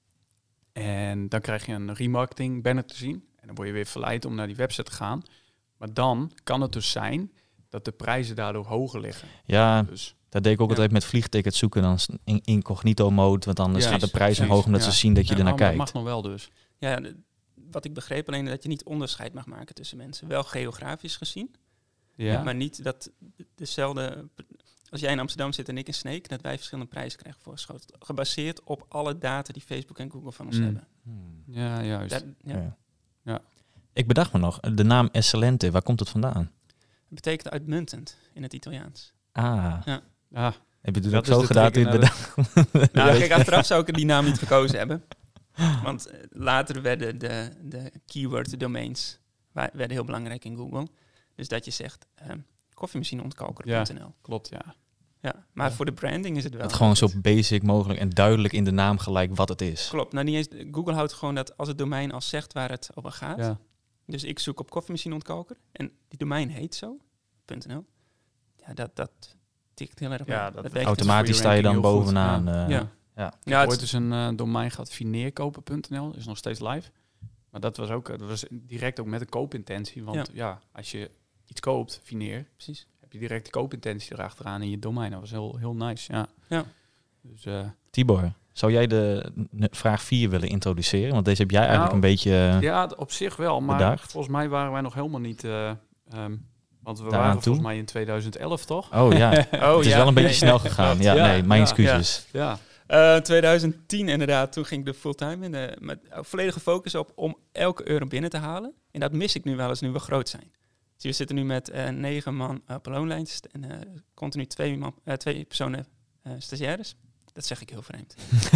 en dan krijg je een remarketing banner te zien en dan word je weer verleid om naar die website te gaan. Maar dan kan het dus zijn dat de prijzen daardoor hoger liggen. Ja, Dus dat deed ik ook Ja. altijd met vliegtickets zoeken. Dan is het in incognito mode, want anders Ja, gaat de precies, prijs omhoog omdat precies, ze ja. zien dat je ja, ernaar nou, maar kijkt. mag nog wel dus. Ja, de- wat ik begreep alleen dat je niet onderscheid mag maken tussen mensen. Wel geografisch gezien, Ja. maar niet dat de- dezelfde... Als jij in Amsterdam zit en ik in Sneek, dat wij verschillende prijzen krijgen voorgeschoten. Gebaseerd op alle data die Facebook en Google van ons Mm. hebben. Hmm. Ja, juist. Dat, ja. Ja. Ja. Ik bedacht me nog, de naam Excellente, waar komt het vandaan? Het betekent uitmuntend in het Italiaans. Ah, Ah, heb je het Dat ook is zo de gedaan toen je trigger het naar bedacht? Nou, kijk, achteraf zou ik die naam niet gekozen hebben. Want eh, later werden de, de keyword domains wa- werden heel belangrijk in Google. Dus dat je zegt ehm koffiemachineontkalker punt n l. klopt, ja. Ja, maar voor de branding is het wel. Het gewoon zo goed. basic mogelijk en duidelijk in de naam gelijk wat het is. Klopt. Nou, niet eens, Google houdt gewoon dat als het domein al zegt waar het over gaat. ja. Dus ik zoek op koffiemachineontkalker en die domein heet zo, .nl. Ja, dat, dat tikt heel erg Ja, mee. dat- werkt Automatisch voor sta je je dan ranking heel goed, bovenaan. ja. eh, Ja. ja. Ik Ja, heb het ooit is- eens een uh, domein gehad, fineerkopen punt n l, is nog steeds live. Maar dat was ook, dat was direct ook met een koopintentie. Want ja, Ja. als je iets koopt, fineer, precies. heb je direct de koopintentie erachteraan in je domein. Dat was heel, heel nice, ja. Ja. Dus, uh, Tibor, zou jij de n- vraag vier willen introduceren? Want deze heb jij Nou, eigenlijk een beetje... eh, ja, d- op zich wel. Maar bedacht. volgens mij waren wij nog helemaal niet... Uh, um, want we Daaraan waren toe? volgens mij in tweedelig elf, toch? Oh ja, Oh, het is ja. wel een beetje Nee, snel nee. gegaan. Ja, Ja, nee, mijn ja, excuses. Ja. Uh, twintig tien inderdaad, toen ging ik er fulltime in. De, met uh, volledige focus op om elke euro binnen te halen. En dat mis ik nu wel eens nu we groot zijn. Dus we zitten nu met uh, negen man op een loonlijst en uh, continu twee, man, uh, twee personen uh, stagiaires. Dat zeg ik heel vreemd.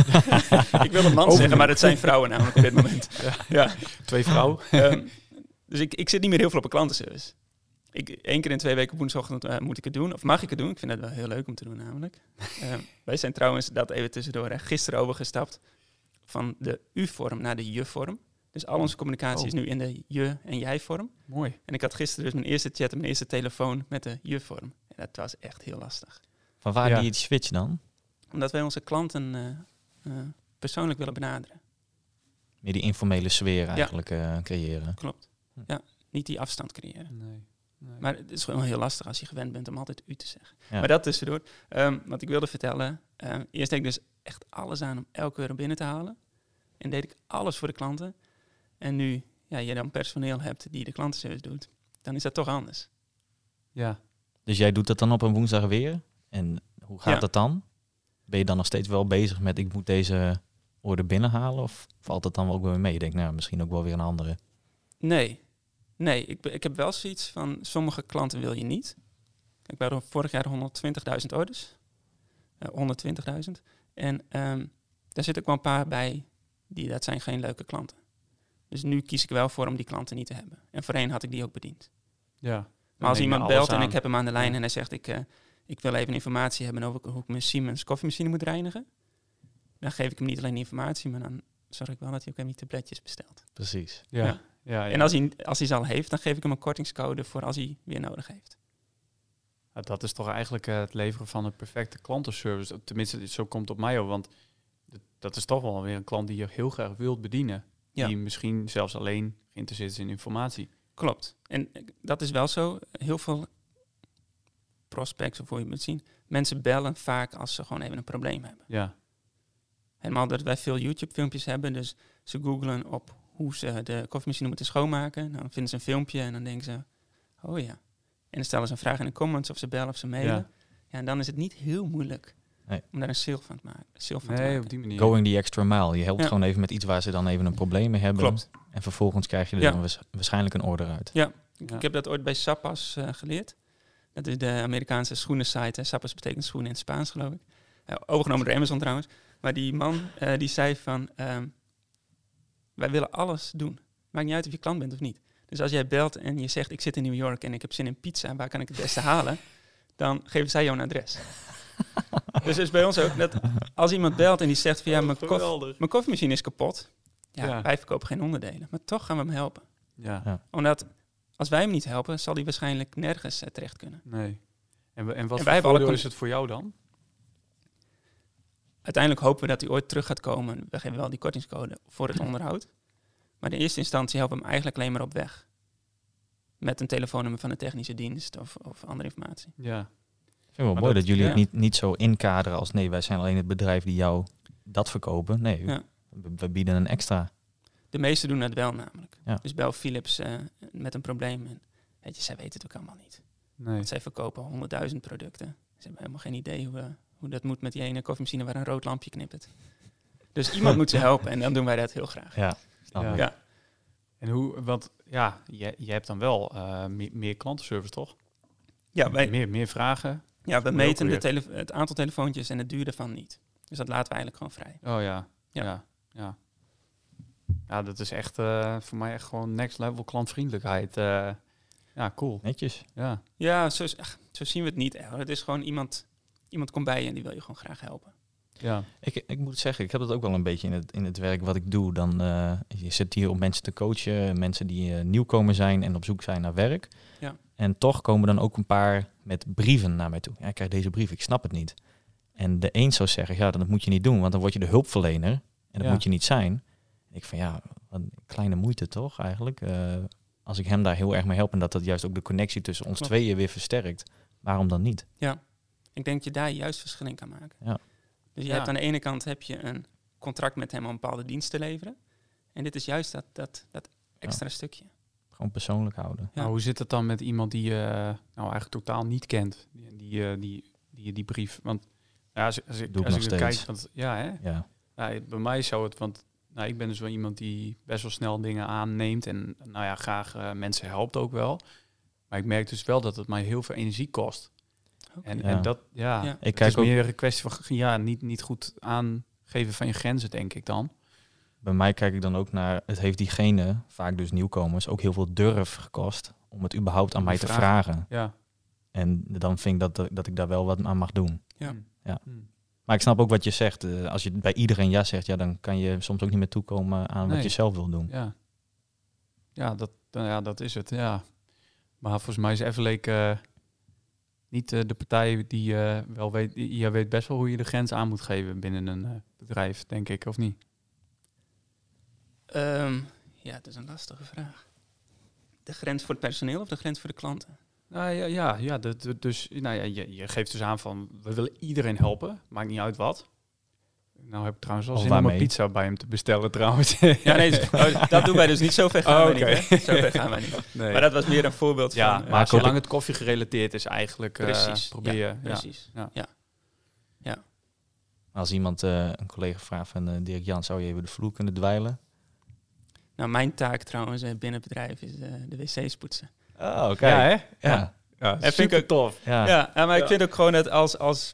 Ik wil een man zeggen, maar het zijn vrouwen namelijk op dit moment. Ja. ja. Twee vrouwen. um, dus ik, ik zit niet meer heel veel op een klantenservice. Ik, één keer in twee weken op woensdagochtend uh, moet ik het doen. Of mag ik het doen? Ik vind dat wel heel leuk om te doen namelijk. Uh, wij zijn trouwens, dat even tussendoor, hè, gisteren overgestapt van de u-vorm naar de je-vorm. Dus al onze communicatie oh. is nu in de je- en jij-vorm. Mooi. En ik had gisteren dus mijn eerste chat en mijn eerste telefoon met de je-vorm. En dat was echt heel lastig. Van waar ja. die switch dan? Omdat wij onze klanten uh, uh, persoonlijk willen benaderen. Meer die informele sfeer eigenlijk ja. uh, creëren. Klopt. Hm. Ja, niet die afstand creëren. Nee. Nee. Maar het is gewoon heel lastig als je gewend bent om altijd u te zeggen. Ja. Maar dat tussendoor. Um, wat ik wilde vertellen. Uh, eerst deed ik dus echt alles aan om elke euro binnen te halen. En deed ik alles voor de klanten. En nu ja, je dan personeel hebt die de klantenservice doet, dan is dat toch anders. Ja. Dus jij doet dat dan op een woensdag weer? En hoe gaat ja. dat dan? Ben je dan nog steeds wel bezig met ik moet deze orde binnenhalen? Of valt dat dan wel ook weer mee? Je denkt, nou, misschien ook wel weer een andere. Nee. Nee, ik, ik heb wel zoiets van, sommige klanten wil je niet. Ik had vorig jaar honderdtwintigduizend orders. Uh, honderdtwintigduizend. En um, daar zit ook wel een paar bij, die dat zijn geen leuke klanten. Dus nu kies ik wel voor om die klanten niet te hebben. En voorheen had ik die ook bediend. Ja. Maar als iemand belt en ik heb hem aan de lijn ja. en hij zegt, ik, uh, ik wil even informatie hebben over hoe ik mijn Siemens koffiemachine moet reinigen. Dan geef ik hem niet alleen informatie, maar dan zorg ik wel dat hij ook even die tabletjes bestelt. Precies. Ja. ja. Ja, ja. En als hij, als hij ze al heeft, dan geef ik hem een kortingscode voor als hij weer nodig heeft. Ja, dat is toch eigenlijk uh, het leveren van een perfecte klantenservice. Tenminste, zo komt het op mij op. Want d- dat is toch wel weer een klant die je heel graag wilt bedienen. Ja. Die misschien zelfs alleen geïnteresseerd is in informatie. Klopt. En dat is wel zo. Heel veel prospects, of hoe je moet zien. Mensen bellen vaak als ze gewoon even een probleem hebben. Ja. Helemaal dat wij veel YouTube-filmpjes hebben. Dus ze googlen op hoe ze de koffiemachine moeten schoonmaken. Dan vinden ze een filmpje en dan denken ze, oh ja. En dan stellen ze een vraag in de comments of ze bellen of ze mailen. Ja, ja en dan is het niet heel moeilijk nee. om daar een sale van te maken. Sale van nee, te maken. Op die manier. Going the extra mile. Je helpt ja. gewoon even met iets waar ze dan even een probleem mee hebben. Klopt. En vervolgens krijg je er ja. dan waarschijnlijk een order uit. Ja, ik, ja. ik heb dat ooit bij Sappas uh, geleerd. Dat is de Amerikaanse schoenensite. Sappas betekent schoenen in het Spaans, geloof ik. Uh, overgenomen door Amazon trouwens. Maar die man uh, die zei van, um, wij willen alles doen. Maakt niet uit of je klant bent of niet. Dus als jij belt en je zegt, ik zit in New York en ik heb zin in pizza, waar kan ik het beste halen? Dan geven zij jou een adres. Dus is bij ons ook dat als iemand belt en die zegt van, ja, mijn, koff- mijn koffiemachine is kapot. Ja, ja, wij verkopen geen onderdelen. Maar toch gaan we hem helpen. Ja. Ja. Omdat als wij hem niet helpen, zal hij waarschijnlijk nergens uh, terecht kunnen. Nee. En, en wat en voor voordeel is het voor jou dan? Uiteindelijk hopen we dat hij ooit terug gaat komen. We geven wel die kortingscode voor het onderhoud. Maar in eerste instantie helpen we hem eigenlijk alleen maar op weg. Met een telefoonnummer van de technische dienst of, of andere informatie. Ja. Ik vind het wel maar mooi dat, dat jullie ja. het niet, niet zo inkaderen als nee, wij zijn alleen het bedrijf die jou dat verkopen. Nee, ja. we, we bieden een extra. De meesten doen dat wel namelijk. Ja. Dus bel Philips uh, met een probleem. En, weet je, zij weten het ook allemaal niet. Nee. Want zij verkopen honderdduizend producten. Ze hebben helemaal geen idee hoe, uh, hoe dat moet met die ene koffiemachine waar een rood lampje knippert. Dus iemand moet ze helpen en dan doen wij dat heel graag. Ja, snap ja. ik. Ja. En hoe, want ja, je, je hebt dan wel uh, meer, meer klantenservice, toch? Ja, wij, meer, meer vragen. Ja, we meten de tele- het aantal telefoontjes en het duur daarvan niet. Dus dat laten we eigenlijk gewoon vrij. Oh ja, ja, ja. Ja, ja dat is echt uh, voor mij echt gewoon next level klantvriendelijkheid. Uh, ja, cool. Netjes. Ja, ja zo, ach, zo zien we het niet. Het is gewoon iemand, iemand komt bij je en die wil je gewoon graag helpen. Ja. Ik, ik moet zeggen, ik heb dat ook wel een beetje in het, in het werk wat ik doe. Dan, uh, je zit hier om mensen te coachen, mensen die uh, nieuwkomer zijn en op zoek zijn naar werk. Ja. En toch komen dan ook een paar met brieven naar mij toe. Ja, ik krijg deze brief, ik snap het niet. En de een zou zeggen, ja, dat moet je niet doen, want dan word je de hulpverlener. En dat ja. moet je niet zijn. En ik van, ja, wat een kleine moeite toch eigenlijk. Uh, als ik hem daar heel erg mee help en dat dat juist ook de connectie tussen ons Klopt. tweeën weer versterkt. Waarom dan niet? Ja, ik denk dat je daar juist verschil in kan maken. Ja. Dus je ja. hebt aan de ene kant heb je een contract met hem om een bepaalde dienst te leveren. En dit is juist dat, dat, dat extra ja. stukje. Gewoon persoonlijk houden. Ja. Maar hoe zit het dan met iemand die je uh, nou eigenlijk totaal niet kent? Die, die, uh, die, die, die brief. Want ja, als, als ik, Doe ik als nog ik steeds. kijk, want, ja, hè? Ja. Ja, bij mij zou het, want nou, ik ben dus wel iemand die best wel snel dingen aanneemt en nou ja, graag uh, mensen helpt ook wel. Maar ik merk dus wel dat het mij heel veel energie kost. En, Ja. en dat, ja, Ja. Ik het kijk is ook, meer een kwestie van ja, niet, niet goed aangeven van je grenzen, denk ik dan. bij mij kijk ik dan ook naar, het heeft diegene, vaak dus nieuwkomers, ook heel veel durf gekost om het überhaupt aan Om mij te te vragen. vragen. Ja. En dan vind ik dat, dat ik daar wel wat aan mag doen. Ja. Hmm. Ja. Hmm. Maar ik snap ook wat je zegt. Uh, als je bij iedereen ja zegt, ja, dan kan je soms ook niet meer toekomen aan Nee. wat je zelf wil doen. Ja, ja, dat, nou ja, dat is het. Ja. Maar volgens mij is Everleek uh, niet uh, de partij die uh, wel weet. Je weet best wel hoe je de grens aan moet geven binnen een uh, bedrijf, denk ik, of niet? Um, ja, dat is een lastige vraag. De grens voor het personeel of de grens voor de klanten? Nou ja, ja, ja de, de, dus nou ja, je, je geeft dus aan van we willen iedereen helpen, maakt niet uit wat. Nou heb ik trouwens wel Of zin om een waarmee? pizza bij hem te bestellen trouwens. Ja, nee, dus, oh, dat doen wij dus niet. Zo ver gaan Oh, wij oké. niet. Hè? Zo ver gaan wij niet. Nee. Maar dat was meer een voorbeeld ja, van... maar uh, maar zolang ook- het koffie gerelateerd is eigenlijk, uh, Precies, probeer je. ja, Ja, precies. Ja. Ja. Ja. Als iemand, uh, een collega vraagt van uh, Dirk Jan, zou je even de vloer kunnen dweilen? Nou, mijn taak trouwens uh, binnen het bedrijf is uh, de wc's poetsen. Oh, oké. Ja, hè? Ja. Ja, ja En vind super ik ook- tof. Ja. Ja, ja, maar ik Ja. vind ook gewoon dat als, als...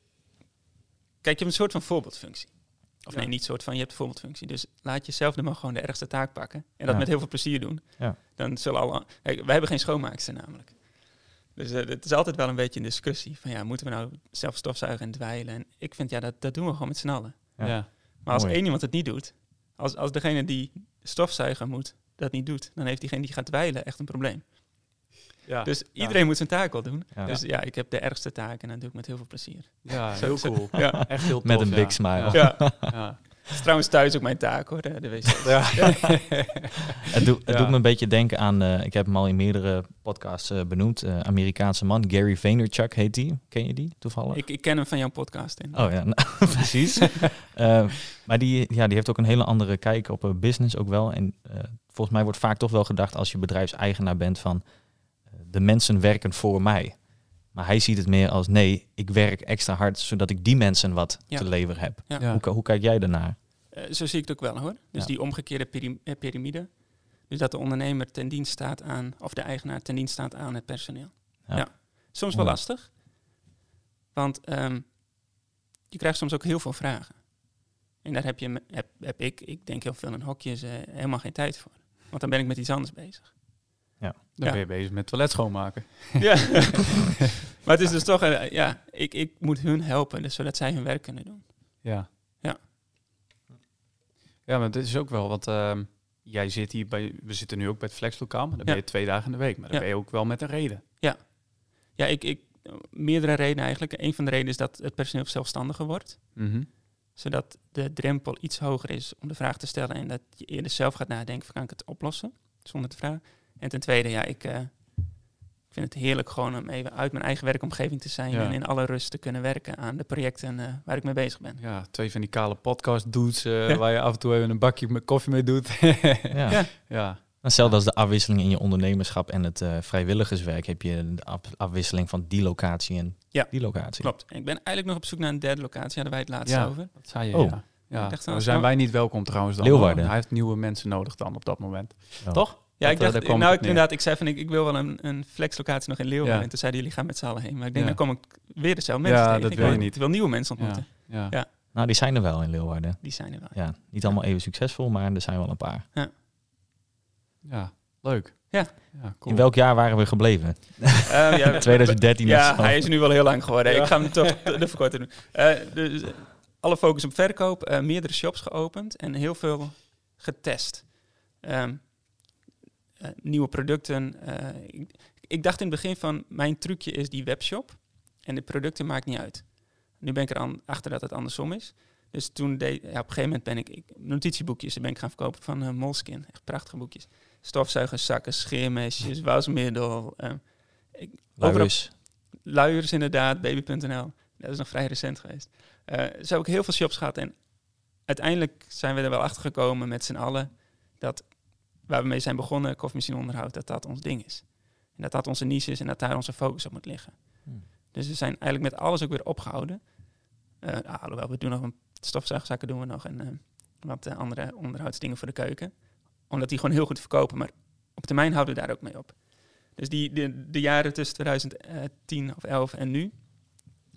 Kijk, je hebt een soort van voorbeeldfunctie. Of Ja. nee, niet soort van, je hebt een voorbeeldfunctie. Dus laat jezelf dan maar gewoon de ergste taak pakken. En dat Ja. met heel veel plezier doen. Ja. Dan zullen alle... Kijk, wij hebben geen schoonmaakster namelijk. Dus uh, het is altijd wel een beetje een discussie. Van ja, moeten we nou zelf stofzuigen en dweilen? En ik vind, ja, dat, dat doen we gewoon met z'n allen. Ja. Ja. Maar als Mooi. één iemand het niet doet... Als, als degene die stofzuigen moet, dat niet doet... dan heeft diegene die gaat dweilen echt een probleem. Ja. Dus iedereen moet zijn taak wel doen. Ja. Dus ja, ik heb de ergste taak en dat doe ik met heel veel plezier. Ja, Zo- heel zo- cool. Ja. Echt heel tof. Met een ja. big smile. Ja. Ja. Ja. Dat is trouwens thuis ook mijn taak hoor, de, de wc's. Ja. Het, doet, het Ja. doet me een beetje denken aan, uh, ik heb hem al in meerdere podcasts uh, benoemd, uh, Amerikaanse man, Gary Vaynerchuk heet die. Ken je die toevallig? Ik, ik ken hem van jouw podcast. In. Oh ja, nou, precies. uh, maar die, ja, die heeft ook een hele andere kijk op uh, business ook wel. En uh, volgens mij wordt vaak toch wel gedacht als je bedrijfseigenaar bent van uh, de mensen werken voor mij. Maar hij ziet het meer als nee, ik werk extra hard zodat ik die mensen wat Ja. te leveren heb. Ja. Ja. Hoe, hoe kijk jij daarnaar? Uh, zo zie ik het ook wel hoor. Dus Ja. die omgekeerde pyram- eh, piramide. Dus dat de ondernemer ten dienst staat aan, of de eigenaar ten dienst staat aan het personeel. Ja. Ja. Soms wel Mooi. lastig. Want um, je krijgt soms ook heel veel vragen. En daar heb, je, me- heb, heb ik, ik denk heel veel in hokjes, uh, helemaal geen tijd voor. Want dan ben ik met iets anders bezig. Dan Ja. ben je bezig met toilet schoonmaken. Ja. Maar het is dus toch, uh, ja, ik, ik moet hun helpen, dus zodat zij hun werk kunnen doen. Ja. Ja. Ja, maar dit is ook wel wat... ehm, jij zit hier bij... We zitten nu ook bij het flexlokaal, maar dan ben Ja. je twee dagen in de week. Maar dan Ja. ben je ook wel met een reden. Ja, ik, ik, meerdere redenen eigenlijk. Een van de redenen is dat het personeel zelfstandiger wordt. Mhm. Zodat de drempel iets hoger is om de vraag te stellen. En dat je eerder zelf gaat nadenken van kan ik het oplossen? Zonder te vragen. En ten tweede, ja, ik uh, vind het heerlijk gewoon om even uit mijn eigen werkomgeving te zijn. Ja. En in alle rust te kunnen werken aan de projecten uh, waar ik mee bezig ben. Ja, twee van die kale podcast dudes uh, Ja. waar je af en toe even een bakje met koffie mee doet. Ja. Ja. Ja. Hetzelfde als de afwisseling in je ondernemerschap en het uh, vrijwilligerswerk heb je de af- afwisseling van die locatie en Ja. die locatie. Klopt. En ik ben eigenlijk nog op zoek naar een derde locatie. Hadden wij het laatst Ja. over. Dat zei je, Oh. ja. Ja, Ik dacht dan aan- zijn wij niet welkom trouwens dan. Leeuwarden. hoor. Hij heeft nieuwe mensen nodig dan op dat moment. Oh. Toch? Ja, Dat, ik eh, dacht, daar kwam nou, het ik, neer. inderdaad, ik zei van, ik, ik wil wel een, een flexlocatie nog in Leeuwarden. Ja. En toen zeiden jullie, gaan met z'n allen heen. Maar ik denk, Ja. dan kom ik weer dezelfde mensen Ja, tegen. dat ik wil je wil- niet. Ik wil nieuwe mensen ontmoeten. Ja. Ja. Ja. Nou, die zijn er wel in Leeuwarden. Die zijn er wel. Ja, niet allemaal even succesvol, maar er zijn wel een paar. Ja, leuk. Ja. Ja, cool. In welk jaar waren we gebleven? Ehm, ja, twintig dertien Ja, of zo. hij is nu wel heel lang geworden. Ja. Ik ga hem toch de, de verkorten doen. Uh, dus, uh, alle focus op verkoop, uh, meerdere shops geopend en heel veel getest. Um, uh, nieuwe producten. Uh, ik, ik dacht in het begin van, mijn trucje is die webshop en de producten maakt niet uit. Nu ben ik er aan, achter dat het andersom is. Dus toen deed, ja, op een gegeven moment ben ik, ik notitieboekjes ben ik gaan verkopen van uh, Moleskine. Echt prachtige boekjes. Stofzuigers, zakken, scheermesjes, wasmiddel. Uh, ik, overal- Luiers. Luiers inderdaad, baby punt n l. Dat is nog vrij recent geweest. Uh, zo heb ik heel veel shops gehad. En uiteindelijk zijn we er wel achter gekomen met z'n allen dat waar we mee zijn begonnen, koffiemachineonderhoud, dat dat ons ding is. En dat dat onze niche is en dat daar onze focus op moet liggen. Hmm. Dus we zijn eigenlijk met alles ook weer opgehouden. Uh, ah, alhoewel, we doen nog een stofzuigzakken doen we nog en uh, wat uh, andere onderhoudsdingen voor de keuken. Omdat die gewoon heel goed verkopen. Maar op termijn houden we daar ook mee op. Dus die, de, de jaren tussen twintig tien of elf en nu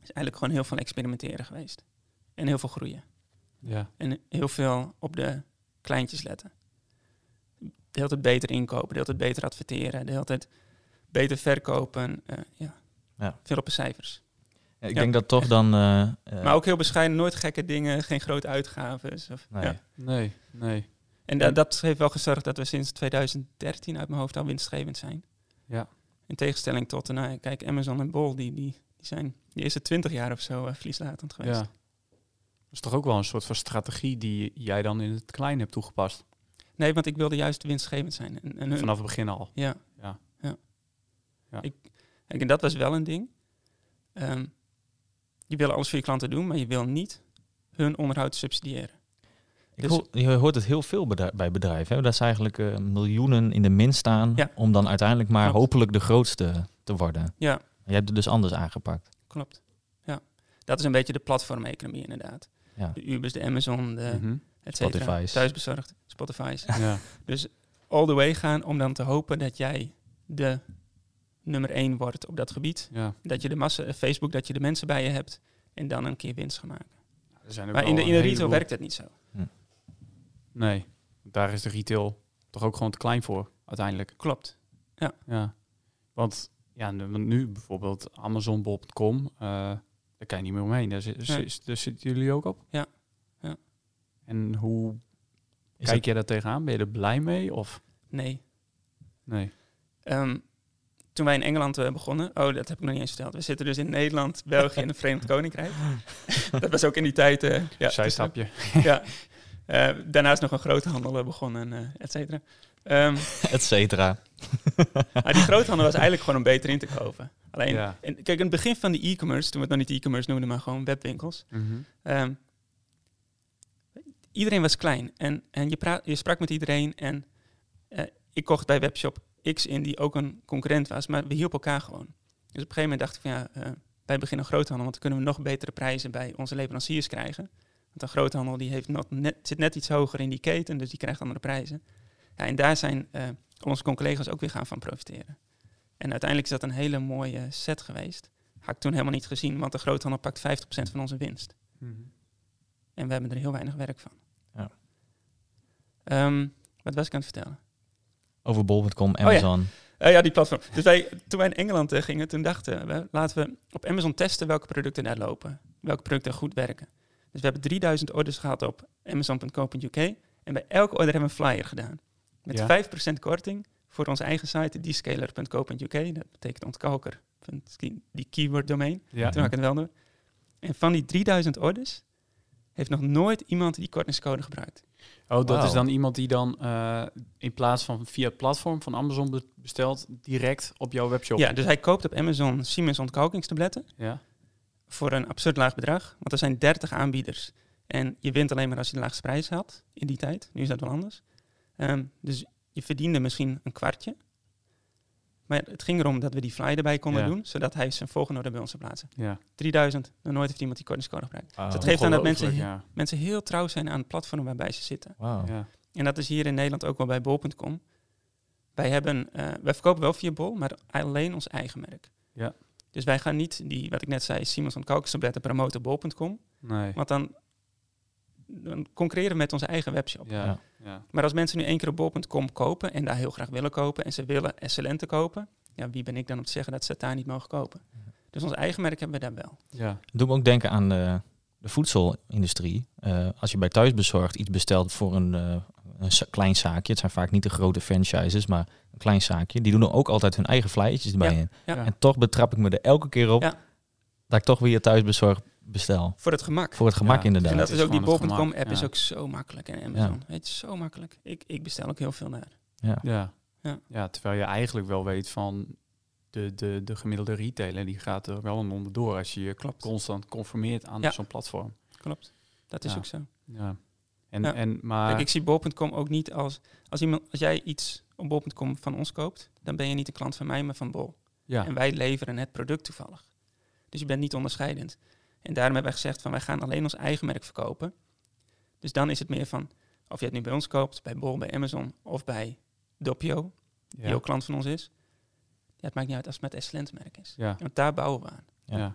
is eigenlijk gewoon heel veel experimenteren geweest. En heel veel groeien. Ja. En heel veel op de kleintjes letten. De hele tijd beter inkopen, de hele tijd beter adverteren, de hele tijd beter verkopen. Uh, ja. Ja. Veel op de cijfers. Ja, ik Ja. denk dat toch dan... Uh, uh, Maar ook heel bescheiden, nooit gekke dingen, geen grote uitgaven. Of, nee. Ja. Nee, nee. En da- dat heeft wel gezorgd dat we sinds twintig dertien uit mijn hoofd al winstgevend zijn. Ja. In tegenstelling tot, nou, kijk, Amazon en Bol, die, die, die zijn de eerste twintig jaar of zo uh, verlieslatend geweest. Ja. Dat is toch ook wel een soort van strategie die jij dan in het klein hebt toegepast? Nee, want ik wilde juist winstgevend zijn. En, en hun, Vanaf het begin al? Ja. Ja. ja. ja. Ik, kijk, en dat was wel een ding. Um, je wil alles voor je klanten doen, maar je wil niet hun onderhoud subsidiëren. Ik Dus, hoor, je hoort het heel veel bedrijf, bij bedrijven. Hè? Dat ze eigenlijk uh, miljoenen in de min staan... Ja. om dan uiteindelijk maar Klopt. hopelijk de grootste te worden. Ja. Je hebt het dus anders aangepakt. Klopt. Ja. Dat is een beetje de platformeconomie inderdaad. Ja. De Ubers, de Amazon, de Mm-hmm. et cetera. Spotify's. Thuisbezorgd, Spotify's. Ja. Dus all the way gaan om dan te hopen dat jij de nummer één wordt op dat gebied. Ja. Dat je de massa, Facebook, dat je de mensen bij je hebt en dan een keer winst gaan maken. Er zijn ook Maar wel in de, in een de retail heleboel- werkt het niet zo. Nee, daar is de retail toch ook gewoon te klein voor, uiteindelijk. Klopt. Ja. Want ja, nu, want nu bijvoorbeeld Amazon bol punt com, uh, daar kan je niet meer omheen. Daar, zit, Nee. zit- daar zitten jullie ook op? Ja. Ja. En hoe Is kijk dat- jij daar tegenaan? Ben je er blij mee? Of Nee. nee? Um, toen wij in Engeland uh, begonnen... Oh, dat heb ik nog niet eens verteld. We zitten dus in Nederland, België en het Verenigd Koninkrijk. Dat was ook in die tijd... Uh, ja, Zijstapje. ja. Uh, daarnaast nog een groothandel uh, begonnen, uh, et cetera. Um, Et cetera. maar die groothandel was eigenlijk gewoon om beter in te kopen. Alleen, Ja. en, kijk, in het begin van de e-commerce... toen we het nog niet e-commerce noemden, maar gewoon webwinkels... Mm-hmm. Um, iedereen was klein. En, en je, praat, je sprak met iedereen. En uh, ik kocht bij webshop X in, die ook een concurrent was. Maar we hielpen elkaar gewoon. Dus op een gegeven moment dacht ik van ja, uh, wij beginnen groothandel. Want dan kunnen we nog betere prijzen bij onze leveranciers krijgen. Want een groothandel die heeft nog net, zit net iets hoger in die keten. Dus die krijgt andere prijzen. Ja, en daar zijn uh, onze collega's ook weer gaan van profiteren. En uiteindelijk is dat een hele mooie set geweest. Had ik toen helemaal niet gezien. Want de groothandel pakt vijftig procent van onze winst. Mm-hmm. En we hebben er heel weinig werk van. Ja. Um, wat was ik aan het vertellen? Over bol punt com, ja. Amazon. Uh, ja, die platform. Dus wij, toen wij in Engeland uh, gingen, toen dachten we... laten we op Amazon testen welke producten daar lopen. Welke producten goed werken. Dus we hebben drieduizend orders gehad op amazon punt co punt u k. En bij elke order hebben we een flyer gedaan. Met Ja. vijf procent korting voor onze eigen site, descaler punt co punt u k. Dat betekent ontkalker. Die keyword domein. Ja. Toen had ik het wel door. En van die drieduizend orders... heeft nog nooit iemand die kortingscode gebruikt. Oh, dat Wauw. is dan iemand die dan uh, in plaats van via het platform van Amazon be- bestelt, direct op jouw webshop. Ja, dus hij koopt op Amazon Siemens ontkalkingstabletten Ja. voor een absurd laag bedrag. Want er zijn dertig aanbieders. En je wint alleen maar als je de laagste prijs had in die tijd. Nu is dat wel anders. Um, dus je verdiende misschien een kwartje. Maar het ging erom dat we die flyer erbij konden Ja. doen, zodat hij zijn volgende order bij ons zou plaatsen. Ja. drieduizend, nog nooit heeft iemand die kortingscode gebruikt. Wauw. Dus dat geeft aan dat mensen, Ongelooflijk, ja. mensen heel trouw zijn aan het platform waarbij ze zitten. Wauw. Ja. En dat is hier in Nederland ook wel bij bol punt com. Wij, hebben, uh, wij verkopen wel via Bol, maar alleen ons eigen merk. Ja. Dus wij gaan niet die, wat ik net zei, Siemens ontkalkingstabletten promoten bol punt com. Nee. Want dan, dan concurreren we met onze eigen webshop. Ja. Ja. Ja. Maar als mensen nu één keer op bol punt com kopen en daar heel graag willen kopen en ze willen Excellente kopen, ja, wie ben ik dan om te zeggen dat ze het daar niet mogen kopen? Dus ons eigen merk hebben we daar wel. Ja. Doe me ook denken aan de, de voedselindustrie. Uh, als je bij Thuisbezorgd iets bestelt voor een, uh, een sa- klein zaakje, het zijn vaak niet de grote franchises, maar een klein zaakje, die doen er ook altijd hun eigen flyertjes erbij Ja, in. ja. En toch betrap ik me er elke keer op Ja. dat ik toch weer Thuisbezorgd bestel. Voor het gemak. Voor het gemak Ja, inderdaad. En dat het is is ook die gewoon bol het punt com gemak, app is ja. ook zo makkelijk en Amazon. Het is zo makkelijk. Ik, ik bestel ook heel veel naar. Ja. Ja. Ja. Ja, terwijl je eigenlijk wel weet van de, de, de gemiddelde retailer, die gaat er wel een onderdoor als je je Klopt. constant conformeert aan Ja. zo'n platform. Klopt. Dat is Ja. ook zo. Ja. En, Ja. en maar Kijk, ik zie bol punt com ook niet als... Als, iemand, als jij iets op bol punt com van ons koopt, dan ben je niet een klant van mij, maar van Bol. ja. En wij leveren het product toevallig. Dus je bent niet onderscheidend. En daarom hebben wij gezegd van wij gaan alleen ons eigen merk verkopen. Dus dan is het meer van, of je het nu bij ons koopt, bij Bol, bij Amazon of bij Doppio, die ja. ook klant van ons is. Ja, het maakt niet uit als het met Excellent merk is. Ja. Want daar bouwen we aan. Ja. Ja.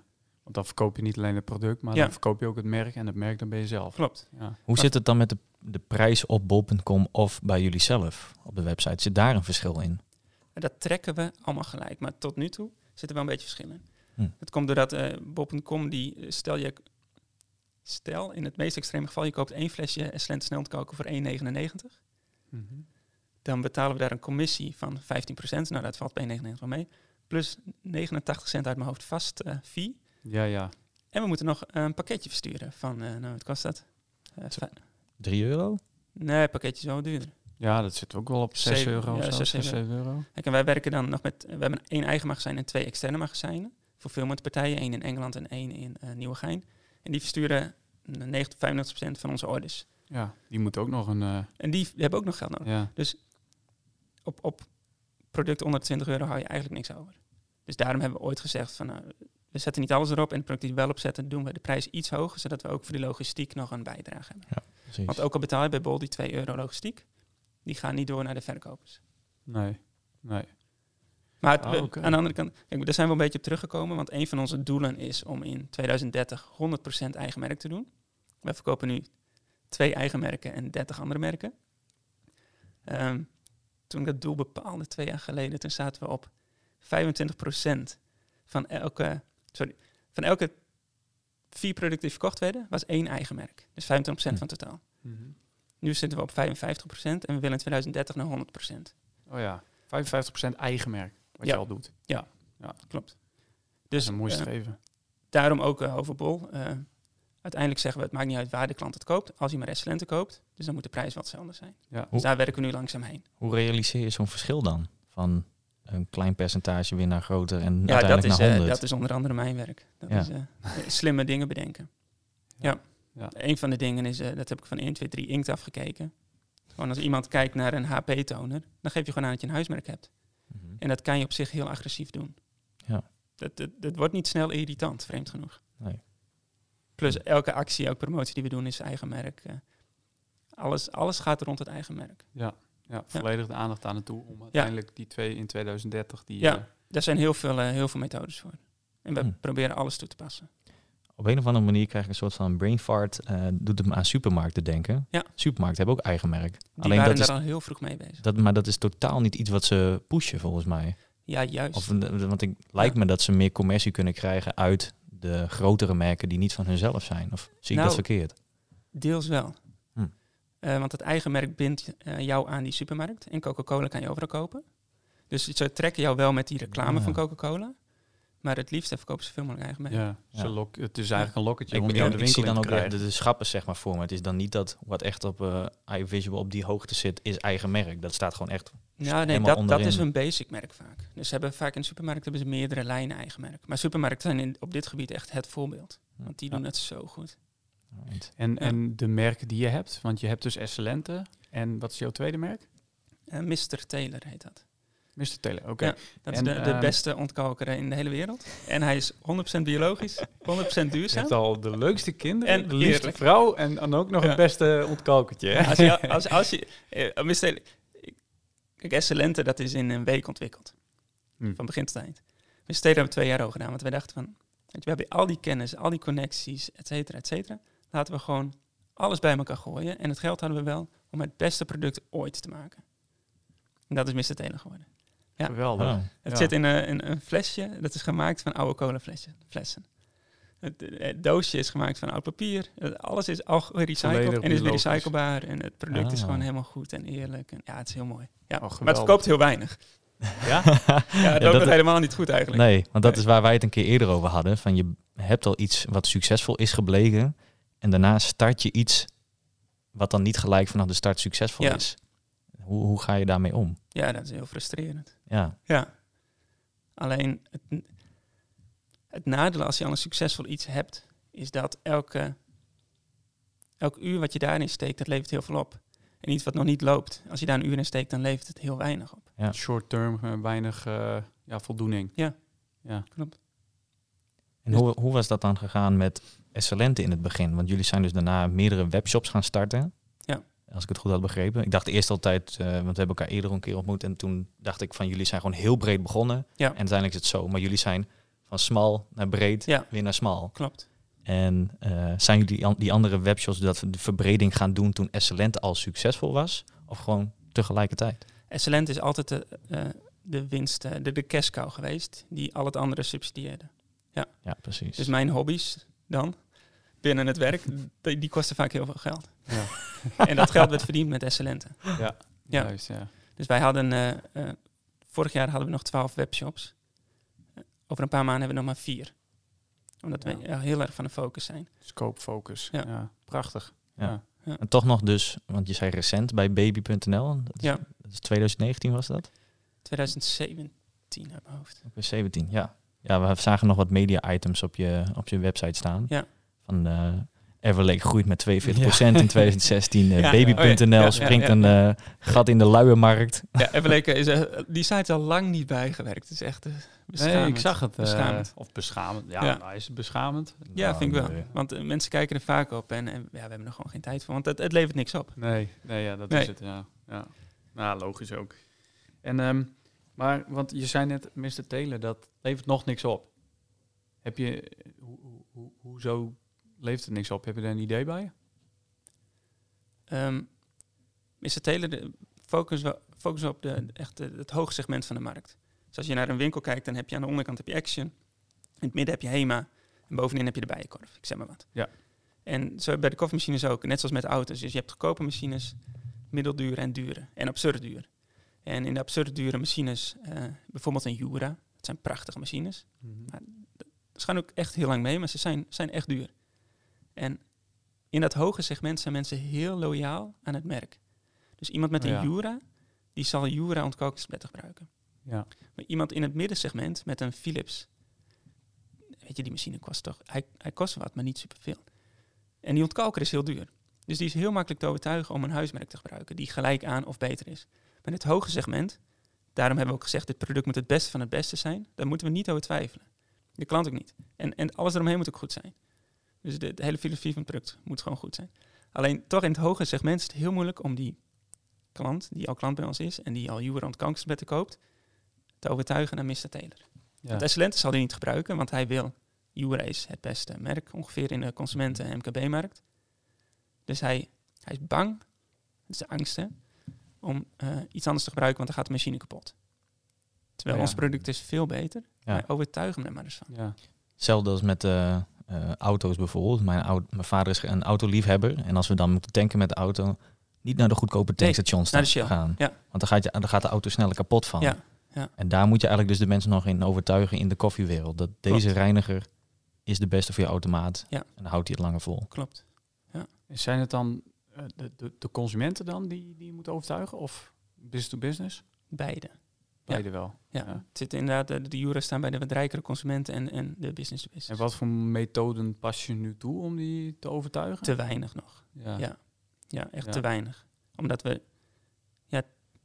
Want dan verkoop je niet alleen het product, maar Ja. dan verkoop je ook het merk. En het merk dan ben je zelf. Klopt. Ja. Hoe zit het dan met de, de prijs op bol punt com of bij jullie zelf op de website? Zit daar een verschil in? En dat trekken we allemaal gelijk. Maar tot nu toe zit er wel een beetje verschil in. Hm. Het komt doordat uh, bol punt com, die uh, stel je... Stel, in het meest extreme geval, je koopt één flesje Essent snelkoken voor één negenennegentig. Mm-hmm. Dan betalen we daar een commissie van vijftien procent. Nou, dat valt bij één negenennegentig wel mee. Plus negenentachtig cent uit mijn hoofd vast uh, fee. Ja, ja. En we moeten nog een pakketje versturen van, uh, nou, wat kost dat? Uh, vij- drie euro? nee, pakketje is wel duurder. Ja, dat zit ook wel op zes Zeven- euro. ja, of zo, zes, zes, zeven zeven euro. Kijk, en wij werken dan nog met... We hebben één eigen magazijn en twee externe magazijnen. Fulfillmentpartijen, één in Engeland en één in uh, Nieuwegein. En die versturen negentig, vijfennegentig procent van onze orders. Ja, die moet ook nog een... Uh, En die hebben ook nog geld nodig. ja. Dus op, op producten onder de twintig euro hou je eigenlijk niks over. Dus daarom hebben we ooit gezegd van... Nou, we zetten niet alles erop en de producten die we wel opzetten... doen we de prijs iets hoger... zodat we ook voor die logistiek nog een bijdrage hebben. Precies. Want ook al betaal je bij Bol die twee euro logistiek... die gaan niet door naar de verkopers. Nee, nee. Maar het, Ah, we- oké. aan de andere kant, kijk, daar zijn we een beetje op teruggekomen. Want een van onze doelen is om in tweeduizend dertig honderd procent eigen merk te doen. We verkopen nu twee eigen merken en dertig andere merken. Um, toen ik dat doel bepaalde, twee jaar geleden, toen zaten we op vijfentwintig procent van elke, sorry, van elke vier producten die verkocht werden, was één eigen merk. Dus vijfentwintig procent van totaal. Mm-hmm. Nu zitten we op vijfenvijftig procent en we willen in tweeduizend dertig naar honderd procent. Oh ja, vijfenvijftig procent eigen merk. Wat Ja. je al doet. Klopt. Dus Dus een mooi eh, streven. daarom ook uh, over Bol. Uh, uiteindelijk zeggen we, het maakt niet uit waar de klant het koopt. Als hij maar Essent koopt, dus dan moet de prijs wat hetzelfde zijn. Ja. Dus daar werken we nu langzaam heen. Hoe realiseer je zo'n verschil dan? Van een klein percentage weer naar groter en Ja, dat uiteindelijk is, naar uh, honderd? dat is onder andere mijn werk. Dat Ja. is uh, slimme dingen bedenken. Ja. Ja. Een van de dingen is, uh, dat heb ik van één, twee, drie Inkt afgekeken. Gewoon als iemand kijkt naar een H P-toner, dan geef je gewoon aan dat je een huismerk hebt. Mhm. En dat kan je op zich heel agressief doen. Ja. Dat, dat, dat wordt niet snel irritant, vreemd genoeg. Nee. Plus elke actie, elke promotie die we doen is eigen merk. Uh, alles, alles gaat rond het eigen merk. Ja. Ja, volledig de aandacht aan het toe om uiteindelijk die twee in tweeduizend dertig... Die, Ja, uh, daar zijn heel veel, uh, heel veel methodes voor. En we Hm. proberen alles toe te passen. Op een of andere manier krijg ik een soort van brain fart. Uh, doet het me aan supermarkten denken. Ja. Supermarkten hebben ook eigen merk. Die Alleen waren dat daar is, al heel vroeg mee bezig. dat, maar dat is totaal niet iets wat ze pushen volgens mij. Ja, juist. Of, een- want ik lijkt Ja. me dat ze meer commercie kunnen krijgen uit de grotere merken die niet van hunzelf zijn. Of zie ik Nou, dat verkeerd? Deels wel. Hm. Uh, want het eigen merk bindt uh, jou aan die supermarkt. En Coca-Cola kan je overal kopen. Dus ze trekken jou wel met die reclame Ja. van Coca-Cola. Maar het liefst verkopen ze veel mogelijk eigen merk. ja, Ja. ze lok, het is eigenlijk een lokketje Ik, om ik, jou de ik winkel zie dan in ook te weer krijgen. de, de schappen zeg maar voor me. Het is dan niet dat wat echt op uh, iVisual op die hoogte zit, is eigen merk. Dat staat gewoon echt Ja, nee, helemaal dat, dat onderin. is een basic merk vaak. Dus ze hebben vaak in de supermarkt hebben ze meerdere lijnen eigen merk. Maar supermarkten zijn in, op dit gebied echt het voorbeeld. Want die Ja. doen het zo goed. Right. En, Ja. en de merken die je hebt, want je hebt dus Essent. En wat is jouw tweede merk? Uh, mister Taylor heet dat. mister Taylor, oké. Ja. Dat En, is de, de ehm, beste ontkalker in de hele wereld. En hij is honderd procent biologisch, honderd procent Je duurzaam. hebt al de leukste kinderen, En de liefste eerlijk. vrouw en dan ook nog Ja. het beste ontkalkertje. Hè? Als je, als, als je, eh, mister Taylor, kijk, Essent, dat is in een week ontwikkeld. Hm. Van begin tot eind. mister Taylor hebben we twee jaar over gedaan. Want wij dachten van, weet je, we hebben al die kennis, al die connecties, et cetera, et cetera. Laten we gewoon alles bij elkaar gooien. En het geld hadden we wel om het beste product ooit te maken. En dat is mister Taylor geworden. Ja. Geweldig. Oh. Het Ja. zit in een, in een flesje, dat is gemaakt van oude colaflessen. Flessen. Het, het doosje is gemaakt van oud papier. Het- Alles is al gerecycled Volledig en is weer biologisch. recyclebaar. En het product is Ah. gewoon helemaal goed en eerlijk. En ja, het is heel mooi. Ja, maar het geweldig. verkoopt heel weinig. Ja? Ja, dat dat- loopt helemaal niet goed eigenlijk. Nee, want dat Nee. is waar wij het een keer eerder over hadden. Van je hebt al iets wat succesvol is gebleken. En daarna start je iets wat dan niet gelijk vanaf de start succesvol Ja. is. Hoe, hoe ga je daarmee om? Ja, dat is heel frustrerend. Ja, Ja. Alleen het, het nadeel als je al een succesvol iets hebt, is dat elke, elk uur wat je daarin steekt, dat levert heel veel op. En iets wat nog niet loopt, als je daar een uur in steekt, dan levert het heel weinig op. Ja. Short term, eh, weinig uh, ja, voldoening. Ja. Ja. Klopt. en hoe, hoe was dat dan gegaan met Essent in het begin? Want jullie zijn dus daarna meerdere webshops gaan starten. Ja. Als ik het goed had begrepen. Ik dacht eerst altijd, uh, want we hebben elkaar eerder een keer ontmoet. En toen dacht ik van jullie zijn gewoon heel breed begonnen. Ja. En uiteindelijk is het zo. Maar jullie zijn van smal naar breed, Ja. weer naar smal. Klopt. En uh, zijn jullie an- die andere webshops dat de verbreding gaan doen toen Excellent al succesvol was? Of gewoon tegelijkertijd? Excellent is altijd de, uh, de winst, uh, de, de cash cow geweest, die al het andere subsidieerde. Ja, ja precies. Dus mijn hobby's dan, binnen het werk, die, die kosten vaak heel veel geld. Ja. En dat geld werd verdiend met Excellente. Ja, Ja. juist, ja. Dus wij hadden, uh, uh, vorig jaar hadden we nog twaalf webshops. Uh, over een paar maanden hebben we nog maar vier. Omdat Ja. we uh, heel erg van de focus zijn. Scope focus. Ja. Ja. Prachtig. Ja. Ja. Ja. En toch nog dus, want je zei recent bij baby punt n l. Dat is, Ja. dat is twintig negentien was dat? twintig zeventien uit mijn hoofd. Oké, zeventien, ja. Ja, we zagen nog wat media items op je, op je website staan. Ja. Van uh, Everlake groeit met tweeënveertig procent ja. in twintig zestien. Uh, Ja. baby punt n l Oh ja. Ja, springt ja, ja. een uh, gat in de luienmarkt. Ja, Everlake is uh, die site is al lang niet bijgewerkt. Het is echt uh, beschamend. Nee, ik zag het. Uh, beschamend. Of beschamend. Ja, Ja. nou, is het beschamend? Ja, Nou, vind ik wel. nee. Want uh, mensen kijken er vaak op en, en ja, we hebben er gewoon geen tijd voor. Want het, het levert niks op. Nee, nee ja, dat Nee. is het. Ja. Ja. Nou, logisch ook. En, um, maar, want je zei net, mister Taylor, dat levert nog niks op. Heb je, ho, ho, ho, hoezo levert het niks op? Heb je daar een idee bij? Um, mister Taylor de, focus, wel, focus op de, echt de, het hoge segment van de markt. Dus als je naar een winkel kijkt, dan heb je aan de onderkant heb je Action. In het midden heb je Hema. En bovenin heb je de bijenkorf. Ik zeg maar wat. Ja. En zo bij de koffiemachines ook. Net zoals met auto's. Dus je hebt goedkope machines, middeldure en dure. En absurd duur. En in de absurd dure machines, uh, bijvoorbeeld een Jura. Dat zijn prachtige machines. Mm-hmm. Maar ze gaan ook echt heel lang mee, maar ze zijn, zijn echt duur. En in dat hoge segment zijn mensen heel loyaal aan het merk. Dus iemand met Oh, een ja. Jura, die zal Jura ontkalkingstabletten gebruiken. Ja. Maar iemand in het middensegment met een Philips, weet je, die machine kost toch, hij, hij kost wat, maar niet superveel. En die ontkalker is heel duur. Dus die is heel makkelijk te overtuigen om een huismerk te gebruiken, die gelijk aan of beter is. Maar in het hoge segment, daarom hebben we ook gezegd, dit product moet het beste van het beste zijn, daar moeten we niet over twijfelen. De klant ook niet. En, en alles eromheen moet ook goed zijn. Dus de, de hele filosofie van het product moet gewoon goed zijn. Alleen toch in het hoge segment is het heel moeilijk om die klant, die al klant bij ons is en die al Jura ontkalkingstabletten koopt, te overtuigen naar mister Taylor. Ja. Want Excellente zal hij niet gebruiken, want hij wil, Jura is het beste merk ongeveer in de consumenten- en M K B-markt. Dus hij, hij is bang, dat is de angst, hè, om uh, iets anders te gebruiken, want dan gaat de machine kapot. Terwijl Oh ja. ons product is veel beter, Ja. maar overtuig hem er maar eens van. Ja. Hetzelfde als met uh, uh, auto's bijvoorbeeld. Mijn, ou- mijn vader is een autoliefhebber. En als we dan moeten tanken met de auto, niet naar de goedkope tankstations naar de Shell. gaan. Ja. Want dan gaat, je, dan gaat de auto sneller kapot van. Ja. Ja. En daar moet je eigenlijk dus de mensen nog in overtuigen in de koffiewereld. Dat deze Klopt. reiniger is de beste voor je automaat. Ja. En dan houdt hij het langer vol. Klopt. Zijn het dan uh, de, de, de consumenten dan die, die je moet overtuigen? Of business to business? Beide. Beide wel. Ja. Ja. Het zit inderdaad, de, de Jura staan bij de wat rijkere consumenten en, en de business to En business. wat voor methoden pas je nu toe om die te overtuigen? Te weinig nog. Ja. Ja. Ja, echt Ja. te weinig. Omdat we... Ja,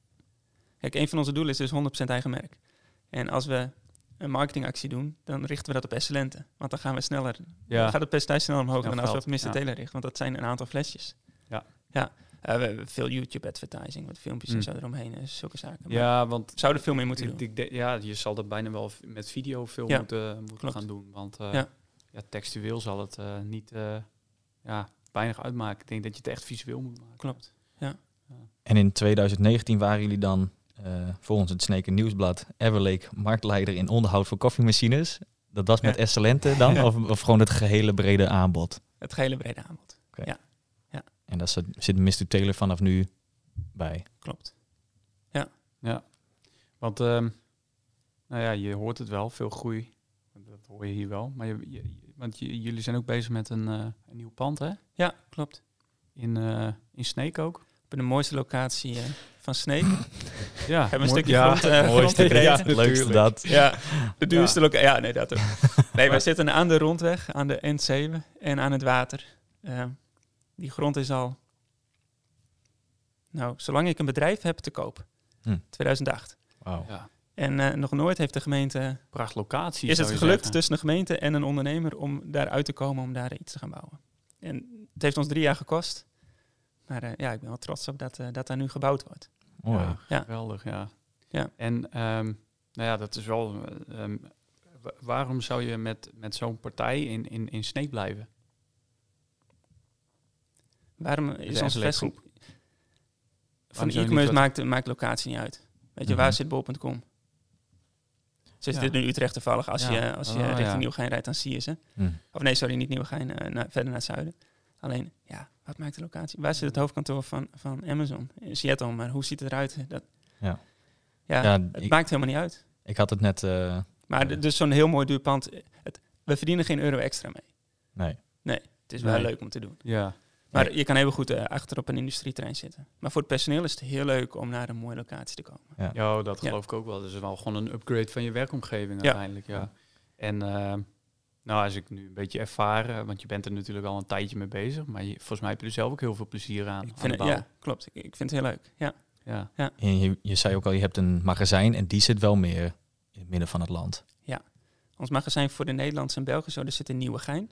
kijk, een van onze doelen is dus honderd procent eigen merk. En als we een marketingactie doen, dan richten we dat op Excellente. Want dan gaan we sneller... Ja. Dan gaat het percentage sneller omhoog Snel dan als we geld, op mister ja. Taylor richten. Want dat zijn een aantal flesjes. Ja. Ja. Uh, we hebben veel YouTube-advertising, wat filmpjes Mm. en zo eromheen. En zulke zaken. Maar Ja, want we zouden veel meer moeten ik, doen. ik, de- ja, je zal dat bijna wel v- met video veel Ja, moeten, moeten klopt. gaan doen. Want uh, Ja. ja. textueel zal het uh, niet uh, ja, weinig uitmaken. Ik denk dat je het echt visueel moet maken. Klopt. En in twintig negentien waren jullie dan uh, volgens het Sneker Nieuwsblad Everlake marktleider in onderhoud voor koffiemachines. Dat was met Ja. Excellente dan? Ja. Of, of gewoon het gehele brede aanbod? Het gehele brede aanbod. En daar zit, zit mister Taylor vanaf nu bij. Klopt. Ja, want um, nou ja, je hoort het wel, veel groei. Dat hoor je hier wel. Maar je, je, want je, jullie zijn ook bezig met een, uh, een nieuw pand, hè? Ja, klopt. In, uh, in Sneek ook. Op de mooiste locatie uh, van Sneek. Ja, Hebben we een mooi- stukje ja, grond, uh, grond mooiste- gekregen. ja, Het leukste natuurlijk. dat. Ja, de duurste Ja. locatie. Ja, nee, dat ook. Nee, wij zitten aan de rondweg, aan de N zeven en aan het water. Uh, die grond is al, nou, zolang ik een bedrijf heb, te koop. Hm. tweeduizend acht. Wauw. Ja, En uh, nog nooit heeft de gemeente... pracht locatie. Is zou het je gelukt zeggen. tussen de gemeente en een ondernemer om daar uit te komen om daar iets te gaan bouwen. En het heeft ons drie jaar gekost. Maar uh, ja, ik ben wel trots op dat, uh, dat daar nu gebouwd wordt. Mooi. Ja, Ja. geweldig, ja. Ja. En um, nou ja, dat is wel... Um, Wa- waarom zou je met, met zo'n partij in, in, in Sneek blijven? Waarom De is onze Everleek vestiging... Van Waarom de zou je e-commerce niet maakt, maakt locatie niet uit. Weet je, Mhm. waar zit bol punt com? Ze Ja. zitten in Utrecht toevallig. Als Ja. je, als je Oh, richting ja. Nieuwegein rijdt, dan zie je ze. Hm. Of nee, sorry, niet Nieuwegein, uh, naar, verder naar het zuiden. Alleen, ja, wat maakt de locatie? Waar zit het hoofdkantoor van, van Amazon? In Seattle, maar hoe ziet het eruit? Dat, Ja. ja, Ja, het ik- maakt helemaal niet uit. Ik had het net... eh, Maar Ja. d- dus zo'n heel mooi duur pand. Het, we verdienen geen euro extra mee. nee. Nee, het is wel Nee. leuk om te doen. Ja. Maar Nee. je kan even goed uh, achter op een industrieterrein zitten. Maar voor het personeel is het heel leuk om naar een mooie locatie te komen. Ja, dat Ja. geloof ik ook wel. Dat is wel gewoon een upgrade van je werkomgeving Ja. uiteindelijk. Ja. En uh, nou, als ik nu een beetje ervaren, want je bent er natuurlijk al een tijdje mee bezig, maar je, volgens mij heb je er zelf ook heel veel plezier aan. Ik aan vind de het, bouw. ja, klopt. Ik, ik vind het heel leuk. Ja. Ja. En je, je zei ook al, je hebt een magazijn en die zit wel meer in het midden van het land. Ons magazijn voor de Nederlandse en Belgische, dat zit in Nieuwegein.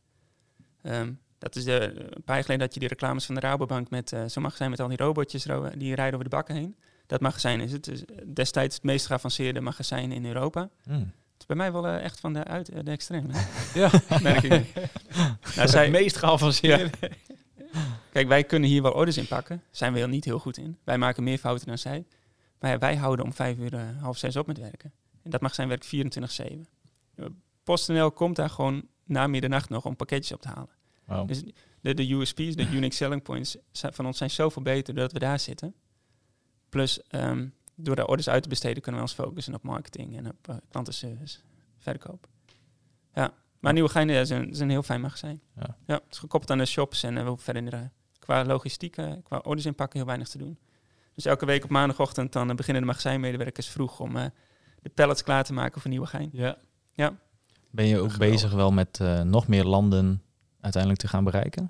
Um, dat is de, een paar jaar geleden dat je die reclames van de Rabobank met uh, zo'n magazijn met al die robotjes ro- die rijden over de bakken heen. Dat magazijn is het. Dus destijds het meest geavanceerde magazijn in Europa. Hm. Het is bij mij wel uh, echt van de, uit, uh, de extreem. Hè? Ja. Merk ik nu. Nou, zij, Het meest geavanceerd. Kijk, wij kunnen hier wel orders in pakken. Zijn we heel niet heel goed in. Wij maken meer fouten dan zij. Maar ja, wij houden om vijf uur, uh, half zes op met werken. En dat magazijn werkt vierentwintig zeven. PostNL komt daar gewoon na middernacht nog om pakketjes op te halen. Wow. Dus de, de U S P's, de Unique Selling Points van ons zijn zoveel beter doordat we daar zitten. Plus, um, door de orders uit te besteden kunnen we ons focussen op marketing en op uh, klantenservice, verkoop. Ja, maar Nieuwegein is een, is een heel fijn magazijn. Ja. Ja, het is gekoppeld aan de shops en uh, we hoeven verder in de, qua logistiek, uh, qua orders inpakken heel weinig te doen. Dus elke week op maandagochtend dan uh, beginnen de magazijnmedewerkers vroeg om uh, de pallets klaar te maken voor Nieuwegein. Ja. Ja. Ben je ook Geweldig. bezig wel met uh, nog meer landen uiteindelijk te gaan bereiken?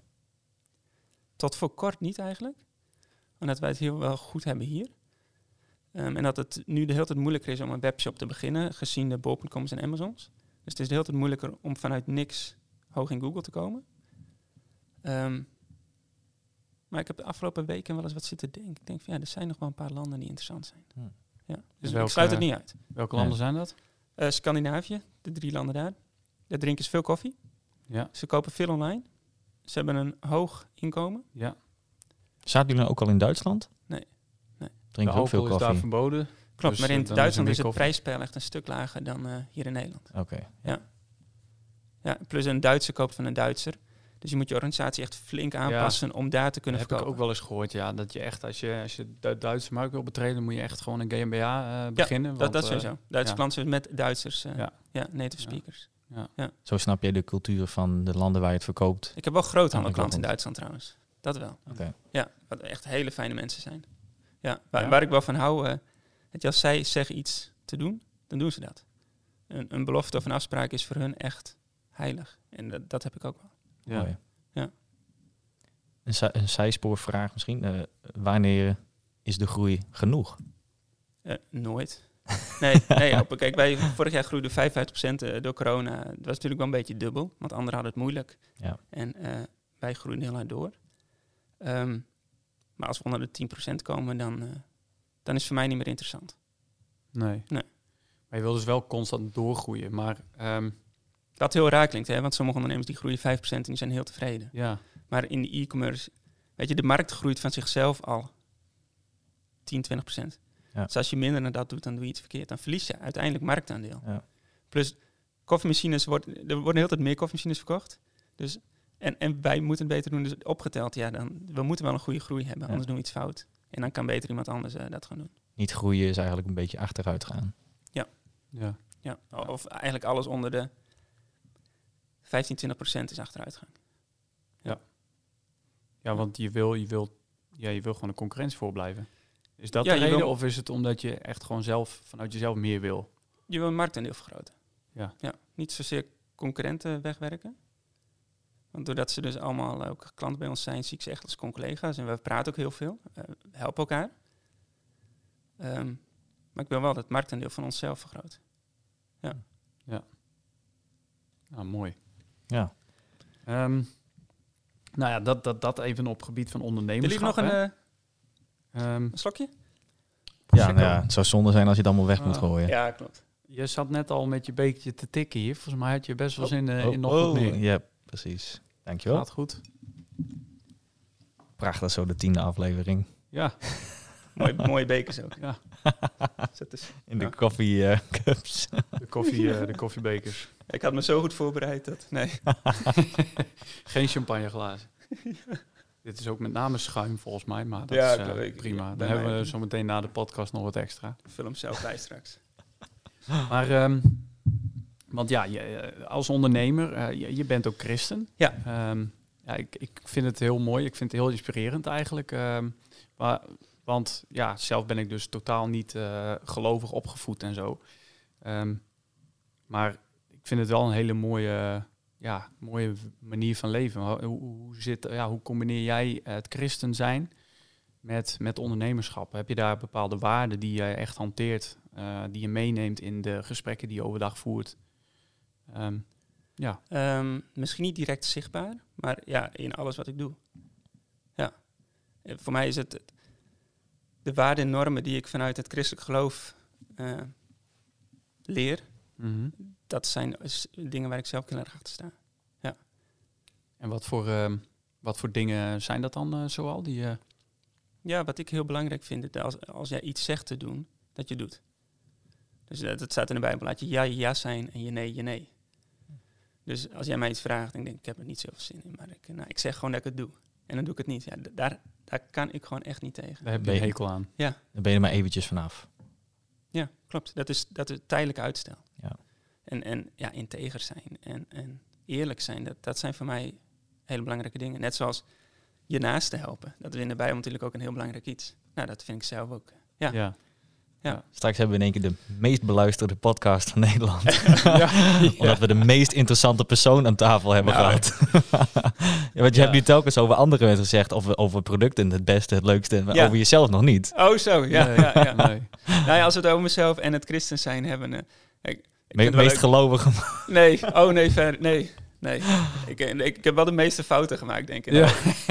Tot voor kort niet eigenlijk. Omdat wij het heel wel goed hebben hier. Um, en dat het nu de hele tijd moeilijker is om een webshop te beginnen, gezien de bol punt coms en Amazons. Dus het is de hele tijd moeilijker om vanuit niks hoog in Google te komen. Um, maar ik heb de afgelopen weken wel eens wat zitten denken. Ik denk van ja, er zijn nog wel een paar landen die interessant zijn. Hmm. Ja. Dus welke- ik sluit het niet uit. Welke Nee. landen zijn dat? Uh, Scandinavië, de drie landen daar. Daar drinken ze veel koffie. Ja. Ze kopen veel online. Ze hebben een hoog inkomen. Ja. Zaten jullie nou ook al in Duitsland? Nee. Nee. Drink De ook veel alcohol is daar koffie? verboden. Klopt, Dus, maar uh, in dan is er Duitsland meer is het koffie. prijspeil echt een stuk lager dan uh, hier in Nederland. Oké. Ja, plus een Duitser koopt van een Duitser. Dus je moet je organisatie echt flink aanpassen om daar te kunnen Dat heb ik verkopen. ook wel eens gehoord, ja. Dat je echt, als je, als je de Duitse markt wil betreden, moet je echt gewoon een G m B H uh, beginnen. dat, want, dat uh, sowieso. Duitse ja. klanten met Duitsers, uh, ja. Ja. native Ja. speakers. Zo snap jij de cultuur van de landen waar je het verkoopt. Ik heb wel groothandelklanten Ja, in dat Duitsland trouwens. Dat wel. Oké. Ja, wat echt hele fijne mensen zijn. Ja, waar, Ja. waar ik wel van hou, uh, dat als zij zeggen iets te doen, dan doen ze dat. Een, een belofte of een afspraak is voor hun echt heilig. En dat, dat heb ik ook wel. Ja. Mooi. Ja. Een, zij- een zijspoorvraag misschien. Uh, wanneer is de groei genoeg? Uh, nooit. Nee, nee op, kijk, wij vorig jaar groeiden vijfenvijftig procent uh, door corona. Dat was natuurlijk wel een beetje dubbel, want anderen hadden het moeilijk. Ja. En uh, wij groeiden heel hard door. Um, maar als we onder de tien procent komen, dan, uh, dan is het voor mij niet meer interessant. Nee. Nee. Maar je wil dus wel constant doorgroeien. Maar um, Dat heel raar klinkt, hè? Want sommige ondernemers die groeien vijf procent en die zijn heel tevreden. ja, Maar in de e-commerce, weet je, de markt groeit van zichzelf al tien, twintig procent. Ja. Dus als je minder dan dat doet, dan doe je iets verkeerd. Dan verlies je uiteindelijk marktaandeel. Ja. Plus, koffiemachines, wordt, er worden heel tijd meer koffiemachines verkocht. Dus, en, en wij moeten het beter doen. Dus opgeteld, ja, dan, we moeten wel een goede groei hebben. Ja. Anders doen we iets fout. En dan kan beter iemand anders uh, dat gaan doen. Niet groeien is eigenlijk een beetje achteruit gaan. ja. Ja. Of eigenlijk alles onder de vijftien, twintig procent is achteruit gaan. Ja, want je wil, je wil, ja, je wil gewoon een concurrentie voorblijven. Is dat Ja, de je reden? wil- Of is het omdat je echt gewoon zelf, vanuit jezelf meer wil? Je wil een marktaandeel vergroten. Ja. Ja. Niet zozeer concurrenten wegwerken. Want doordat ze dus allemaal ook klanten bij ons zijn, zie ik ze echt als collega's. En we praten ook heel veel. Uh, we helpen elkaar. Um, maar ik wil wel dat marktaandeel van onszelf vergroten. Nou, mooi. Ja. Um, nou ja, dat, dat, dat even op gebied van Wil je ondernemerschap. nog een, hè? uh, Um, een slokje? Ja, nou ja, het zou zonde zijn als je het allemaal weg moet Ah. gooien. Ja, klopt. Je zat net al met je bekertje te tikken hier. Volgens mij had je best wel Oh, zin uh, oh, in nog oh, wat meer. Ja, precies. Dankjewel. Gaat goed. Prachtig zo, de tiende aflevering. Ja. Mooi, mooie bekers ook. Ja. Zet dus, In de ja. koffie uh, cups. De, koffie, uh, de koffiebekers. Ik had me zo goed voorbereid dat... Nee. Geen champagneglazen. Ja. Dit is ook met name schuim volgens mij, maar dat Ja, is uh, ik, prima. ja, Dan hebben mij. we zo meteen na de podcast nog wat extra. Ik vul hem zelf bij straks. Maar, um, want ja, je, als ondernemer, uh, je, je bent ook christen. Ja. Um, ja, ik, ik vind het heel mooi. Ik vind het heel inspirerend eigenlijk. Um, maar, want ja, zelf ben ik dus totaal niet uh, gelovig opgevoed en zo. Um, maar ik vind het wel een hele mooie, ja, mooie manier van leven. Hoe, hoe, zit, ja, hoe combineer jij het christen zijn met, met ondernemerschap? Heb je daar bepaalde waarden die je echt hanteert, uh, die je meeneemt in de gesprekken die je overdag voert? Um, ja. Um, misschien niet direct zichtbaar, maar ja, in alles wat ik doe. Ja. En voor mij is het de waarden en normen die ik vanuit het christelijk geloof uh, leer. Mm-hmm. Dat zijn dingen waar ik zelf heel erg achter sta. Ja. En wat voor, uh, wat voor dingen zijn dat dan uh, zoal? Die, uh... Ja, wat ik heel belangrijk vind, dat als, als jij iets zegt te doen, dat je doet. Dus dat, dat staat in de Bijbel. Laat je ja je ja zijn en je nee je nee. Dus als jij mij iets vraagt en ik denk, ik heb er niet zoveel zin in, maar ik, nou, ik zeg gewoon dat ik het doe. En dan doe ik het niet. Ja, d- daar, daar kan ik gewoon echt niet tegen. Daar heb je een hekel aan. Ja. Dan ben je er maar eventjes vanaf. Ja, klopt. Dat is, dat is tijdelijk uitstel. Ja. En, en ja, integer zijn en, en eerlijk zijn, dat, dat zijn voor mij hele belangrijke dingen. Net zoals je naaste helpen. Dat is in de Bijbel natuurlijk ook een heel belangrijk iets. Nou, dat vind ik zelf ook. Ja. Ja. Ja. Straks hebben we in één keer de meest beluisterde podcast van Nederland. Ja. Ja. Omdat we de meest interessante persoon aan tafel hebben Nou, gehad. Ja, want je Ja. hebt nu telkens over andere mensen gezegd, of over producten het beste, het leukste, maar Ja. over jezelf nog niet. Oh, zo. Ja, Nee, ja, ja. nee. Nou ja, als we het over mezelf en het christen zijn hebben. Uh, ik, ik Me- vind het wel meest leuk. gelovige. Nee, oh nee, ver, nee, nee. Ik, ik, ik heb wel de meeste fouten gemaakt, denk ik. Ja.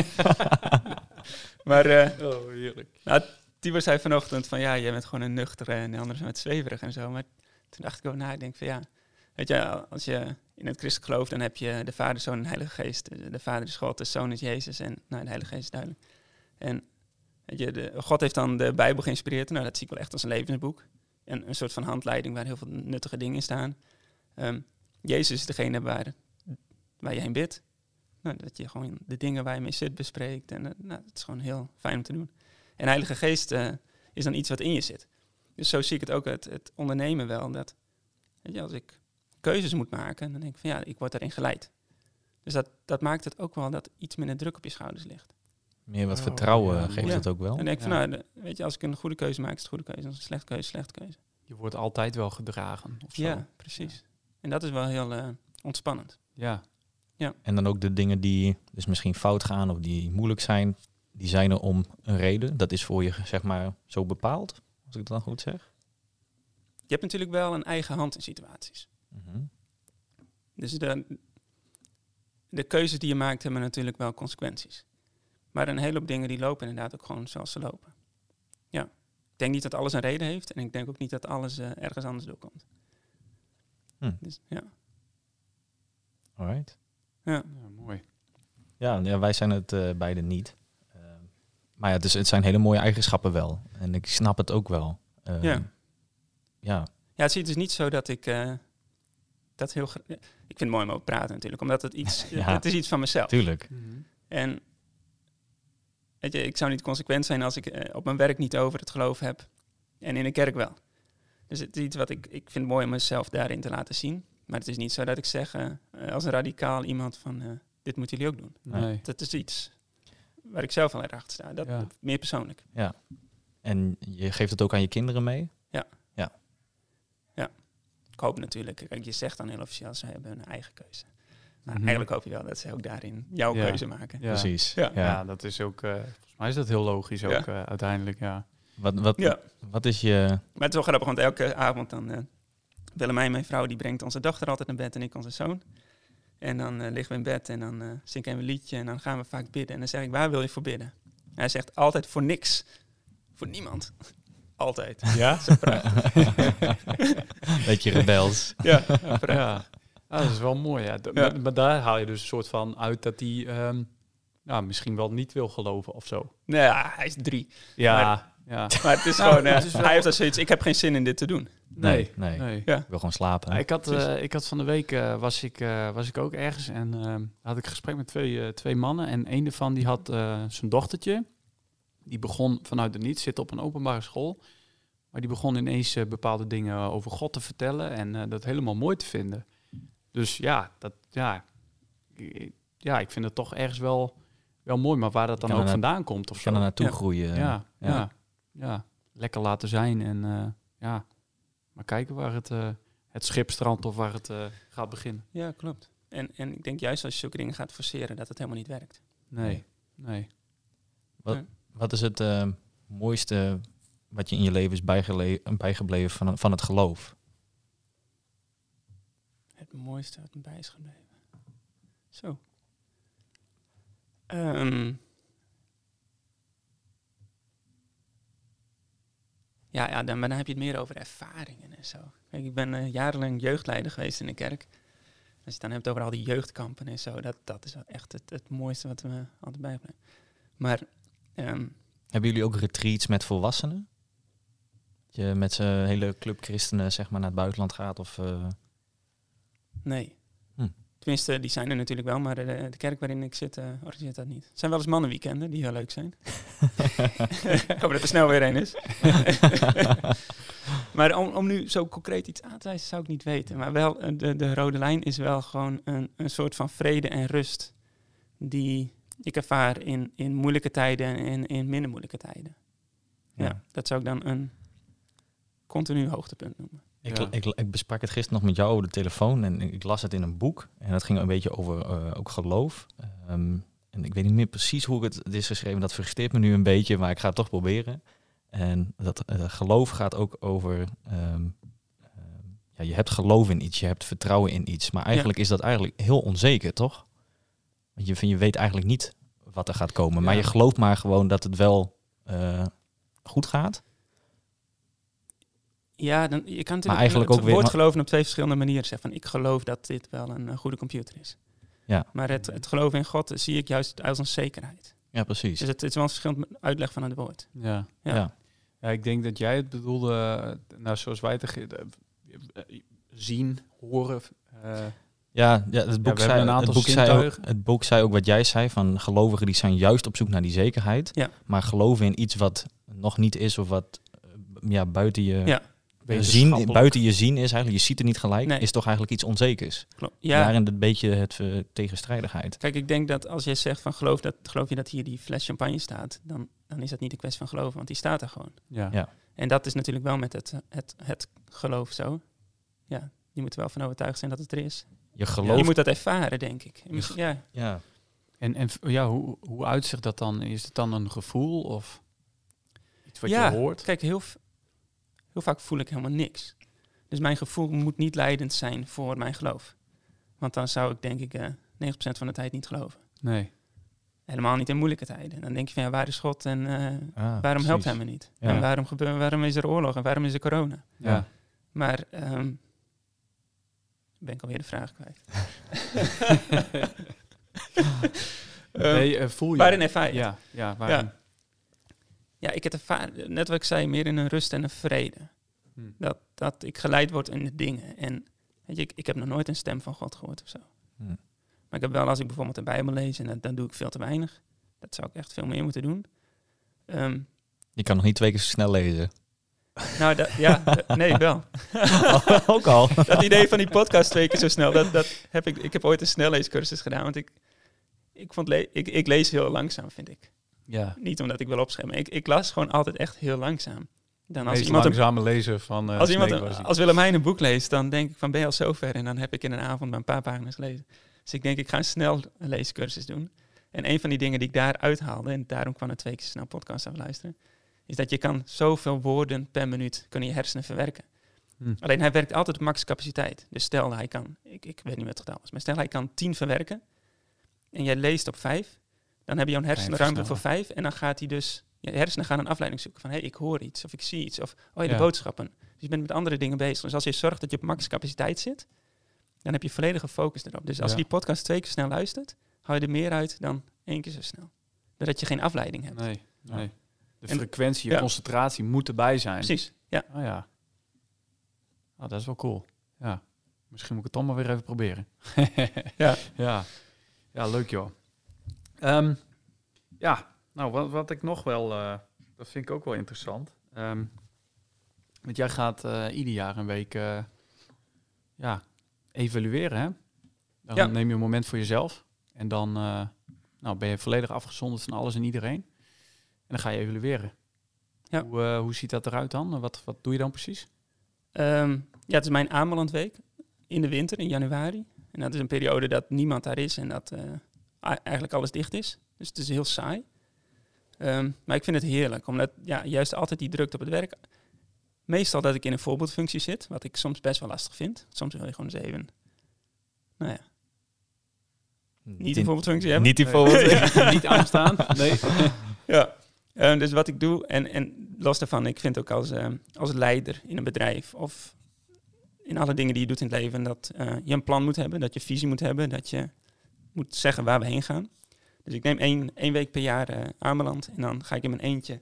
Maar uh, Oh, heerlijk. nou, Tibor zei vanochtend van ja, jij bent gewoon een nuchtere en de anderen zijn wat zweverig en zo. Maar toen dacht ik over na, ik denk van ja, weet je, als je in het christelijk gelooft, dan heb je de Vader, Zoon en de Heilige Geest. De, de Vader is God, de Zoon is Jezus en nou, de Heilige Geest is duidelijk. En weet je, de, God heeft dan de Bijbel geïnspireerd. Nou, dat zie ik wel echt als een levensboek. En een soort van handleiding waar heel veel nuttige dingen in staan. Um, Jezus is degene waar, waar je heen bidt. Nou, dat je gewoon de dingen waar je mee zit bespreekt. En uh, nou, dat is gewoon heel fijn om te doen. En Heilige Geest uh, is dan iets wat in je zit. Dus zo zie ik het ook, het, het ondernemen wel. Dat, weet je, als ik keuzes moet maken, dan denk ik van ja, ik word daarin geleid. Dus dat, dat maakt het ook wel dat iets minder druk op je schouders ligt. Meer wat Oh, vertrouwen ja, geeft mooi. het ook wel. En dan denk ik van Ja. nou, de, weet je, als ik een goede keuze maak, is het een goede keuze. Als ik een slechte keuze, is het een slechte keuze. Je wordt altijd wel gedragen. Of zo. Ja, precies. En dat is wel heel uh, ontspannend. Ja. En dan ook de dingen die dus misschien fout gaan of die moeilijk zijn, die zijn er om een reden. Dat is voor je zeg maar zo bepaald, als ik het dan goed zeg. Je hebt natuurlijk wel een eigen hand in situaties. Mm-hmm. Dus de, de keuzes die je maakt hebben natuurlijk wel consequenties. Maar een hele hoop dingen die lopen inderdaad ook gewoon zoals ze lopen. Ja. Ik denk niet dat alles een reden heeft. En ik denk ook niet dat alles uh, ergens anders doorkomt. Hm. Dus, ja. Alright. Ja. Ja, mooi. Ja, ja, wij zijn het uh, beide niet. Uh, maar ja, het, is, het zijn hele mooie eigenschappen wel. En ik snap het ook wel. Uh, Ja. Ja. Ja, het is dus niet zo dat ik... Uh, dat heel gra- ik vind het mooi om over te praten natuurlijk. Omdat het iets... Ja. Het is iets van mezelf. Tuurlijk. Mm-hmm. En weet je, ik zou niet consequent zijn als ik uh, op mijn werk niet over het geloof heb. En in de kerk wel. Dus het is iets wat ik... Ik vind het mooi om mezelf daarin te laten zien. Maar het is niet zo dat ik zeg uh, als een radicaal iemand van... Uh, dit moeten jullie ook doen. Nee. Dat is iets waar ik zelf wel erg achter sta. Dat, Ja. Meer persoonlijk. Ja. En je geeft het ook aan je kinderen mee? Ik hoop natuurlijk... Kijk, je zegt dan heel officieel, ze hebben hun eigen keuze. Maar Mhm. eigenlijk hoop je wel dat ze ook daarin jouw Ja. keuze maken. Ja. Precies. Ja. Ja. Ja. dat is ook... Uh, volgens mij is dat heel logisch ook Ja. uh, uiteindelijk, ja. Wat, wat, Ja. wat is je... Maar het is wel grappig, want elke avond dan... Uh, Willemijn, mijn vrouw, die brengt onze dochter altijd naar bed en ik onze zoon. En dan uh, liggen we in bed en dan uh, zingen we een liedje en dan gaan we vaak bidden. En dan zeg ik, waar wil je voor bidden? En hij zegt altijd voor niks. Voor niemand. altijd. Ja? Zo prachtig. Beetje rebels. ja, ja, prachtig. Ja. Ah, dat is wel mooi. Ja. D- Ja. Maar, maar daar haal je dus een soort van uit dat hij ehm, nou, misschien wel niet wil geloven of zo. Nou ja, hij is drie. Ja, Maar- ja. Maar het is Nou, gewoon, eh, het is wel- hij heeft als zoiets, ik heb geen zin in dit te doen. Nee, nee. nee. Ja. Ik wil gewoon slapen. Ja, ik, had, Precies. eh, ik had van de week uh, was, ik, uh, was ik ook ergens en uh, had ik een gesprek met twee, uh, twee mannen. En een daarvan die had uh, zijn dochtertje. Die begon vanuit de niets, zit op een openbare school. Maar die begon ineens uh, bepaalde dingen over God te vertellen en uh, dat helemaal mooi te vinden. Dus ja, dat, ja, ik, ja, ik vind het toch ergens wel, wel mooi. Maar waar dat dan Kan ook er na- vandaan komt of kan zo. er naartoe Ja. groeien. Ja, ja, ja. ja, ja. Lekker laten zijn en uh, ja, maar kijken waar het, uh, het schip strandt of waar het uh, gaat beginnen. Ja, klopt. En, en ik denk juist als je zulke dingen gaat forceren, dat het helemaal niet werkt. Nee, nee. Wat, Nee. wat is het uh, mooiste wat je in je leven is bijgele- bijgebleven van, van het geloof? Het mooiste wat me bij is gebleven. Zo. Um, ja, ja dan, maar dan heb je het meer over ervaringen en zo. Kijk, ik ben uh, jarenlang jeugdleider geweest in de kerk. Als je het dan hebt over al die jeugdkampen en zo, dat, dat is wel echt het, het mooiste wat me altijd bijblijft. Maar um, hebben jullie ook retreats met volwassenen? Dat je met z'n hele club christenen zeg maar naar het buitenland gaat? Of, uh... nee. Hm. Tenminste, die zijn er natuurlijk wel, maar de, de kerk waarin ik zit uh, organiseert dat niet. Er zijn wel eens mannenweekenden die heel leuk zijn. Ik hoop dat er snel weer een is. Maar om, om nu zo concreet iets aan te wijzen, zou ik niet weten. Maar wel, uh, de, de rode lijn is wel gewoon een, een soort van vrede en rust die ik ervaar in, in moeilijke tijden en in minder moeilijke tijden. Ja. ja, dat zou ik dan een continu hoogtepunt noemen. Ik, Ja. ik, ik besprak het gisteren nog met jou over de telefoon en ik las het in een boek. En dat ging een beetje over uh, ook geloof. Um, en ik weet niet meer precies hoe het, het is geschreven. Dat frustreert me nu een beetje, maar ik ga het toch proberen. En dat uh, geloof gaat ook over... Um, uh, ja, je hebt geloof in iets, je hebt vertrouwen in iets. Maar eigenlijk ja. is dat eigenlijk heel onzeker, toch? Want je, je weet eigenlijk niet wat er gaat komen. Ja. Maar je gelooft maar gewoon dat het wel uh, goed gaat. Ja, dan, je kan maar eigenlijk het ook woord weer, geloven op twee verschillende manieren zeggen. Van, ik geloof dat dit wel een uh, goede computer is. Ja. Maar het, het geloven in God zie ik juist als een zekerheid. Ja, precies. Dus het, het is wel een verschillend uitleg van het woord. Ja. Ja. Ja. ja, ik denk dat jij het bedoelde, nou zoals wij het ge- uh, zien, horen. Uh, Ja, ja, het boek, ja, zei, het, boek zei ook, het boek zei ook wat jij zei, van gelovigen die zijn juist op zoek naar die zekerheid. Ja. Maar geloven in iets wat nog niet is of wat uh, ja, buiten, je, ja. zien, buiten je zien is, eigenlijk, je ziet het niet gelijk, nee. is toch eigenlijk iets onzekers. Klopt. Ja. Daarin een beetje het uh, tegenstrijdigheid. Kijk, ik denk dat als jij zegt van geloof, dat, geloof je dat hier die fles champagne staat, dan, dan is dat niet een kwestie van geloven, want die staat er gewoon. Ja. Ja. En dat is natuurlijk wel met het, het, het geloof zo. Ja, je moet er wel van overtuigd zijn dat het er is. Je gelooft... Je moet dat ervaren, denk ik. Je, ja. ja. En, en ja, hoe, hoe uitzicht dat dan? Is het dan een gevoel of iets wat ja, je hoort? Kijk, heel, heel vaak voel ik helemaal niks. Dus mijn gevoel moet niet leidend zijn voor mijn geloof. Want dan zou ik denk ik uh, negentig procent van de tijd niet geloven. Nee. Helemaal niet in moeilijke tijden. Dan denk je van ja, waar is God en uh, ah, waarom precies. helpt hij me niet? Ja. En waarom, gebeur, waarom is er oorlog en waarom is er corona? Ja. ja. Maar um, ben ik alweer de vraag kwijt. nee, uh, voel je. Waarin ervaar je? Ja, ja, waarin? Ja. ja, ik heb ervaar, net wat ik zei, meer in een rust en een vrede. Hmm. Dat, dat ik geleid word in de dingen. En weet je, ik, ik heb nog nooit een stem van God gehoord of zo. Hmm. Maar ik heb wel, als ik bijvoorbeeld de Bijbel lees, en dat, dan doe ik veel te weinig. Dat zou ik echt veel meer moeten doen. Um, je kan nog niet twee keer zo snel lezen. Nou, da, ja, da, nee, wel. Ook al. Dat idee van die podcast twee keer zo snel, dat, dat heb ik, ik heb ooit een snelleescursus gedaan, want ik, ik, vond le- ik, ik lees heel langzaam, vind ik. Ja. Niet omdat ik wil opschermen. Ik, ik las gewoon altijd echt heel langzaam. Dan als iemand langzame lezer van uh, als iemand een, als Willemijn een boek leest, dan denk ik van ben je al zo ver en dan heb ik in een avond maar een paar pagina's gelezen. Dus ik denk ik ga een snel leescursus doen. En een van die dingen die ik daar uithaalde, en daarom kwam er twee keer snel podcast afluisteren, is dat je kan zoveel woorden per minuut kunnen je hersenen verwerken. Hm. Alleen hij werkt altijd op max capaciteit. Dus stel hij kan, ik, ik weet niet wat het getal is, maar stel hij kan tien verwerken en jij leest op vijf, dan heb je jouw hersenruimte voor vijf en dan gaat hij dus je hersenen gaan een afleiding zoeken van, hé, hey, ik hoor iets of ik zie iets of, oh ja, de Ja. boodschappen. Dus je bent met andere dingen bezig. Dus als je zorgt dat je op max capaciteit zit, dan heb je volledige focus erop. Dus als Ja. je die podcast twee keer snel luistert, haal je er meer uit dan één keer zo snel. Doordat je geen afleiding hebt. Nee, nee. De En- frequentie, je ja. concentratie moet erbij zijn. Precies, ja. Oh ja. Oh, dat is wel cool. Ja. Misschien moet ik het dan maar weer even proberen. Ja. Ja. Ja, leuk joh. Ehm, ja, nou wat, wat ik nog wel, eh, dat vind ik ook wel interessant. Ehm, want jij gaat eh, ieder jaar een week eh, ja, evalueren, hè? Dan Ja. neem je een moment voor jezelf. En dan eh, nou, ben je volledig afgezonderd van alles en iedereen. En dan ga je evalueren. Ja. Hoe, eh, hoe ziet dat eruit dan? Wat, wat doe je dan precies? Ehm, ja, het is mijn Amelandweek in de winter, in januari. En dat is een periode dat niemand daar is en dat eh, a- eigenlijk alles dicht is. Dus het is heel saai. Ehm, maar ik vind het heerlijk, omdat ja, juist altijd die drukte op het werk. Meestal dat ik in een voorbeeldfunctie zit, wat ik soms best wel lastig vind. Soms wil je gewoon eens even, nou ja, niet een voorbeeldfunctie hebben. Niet die Nee. voorbeeld. Niet aanstaan? Nee. Ja, eh, dus wat ik doe, en, en los daarvan, ik vind ook als, eh, als leider in een bedrijf of in alle dingen die je doet in het leven, dat eh, je een plan moet hebben, dat je visie moet hebben, dat je moet zeggen waar we heen gaan. Dus ik neem één, één week per jaar uh, Ameland en dan ga ik in mijn eentje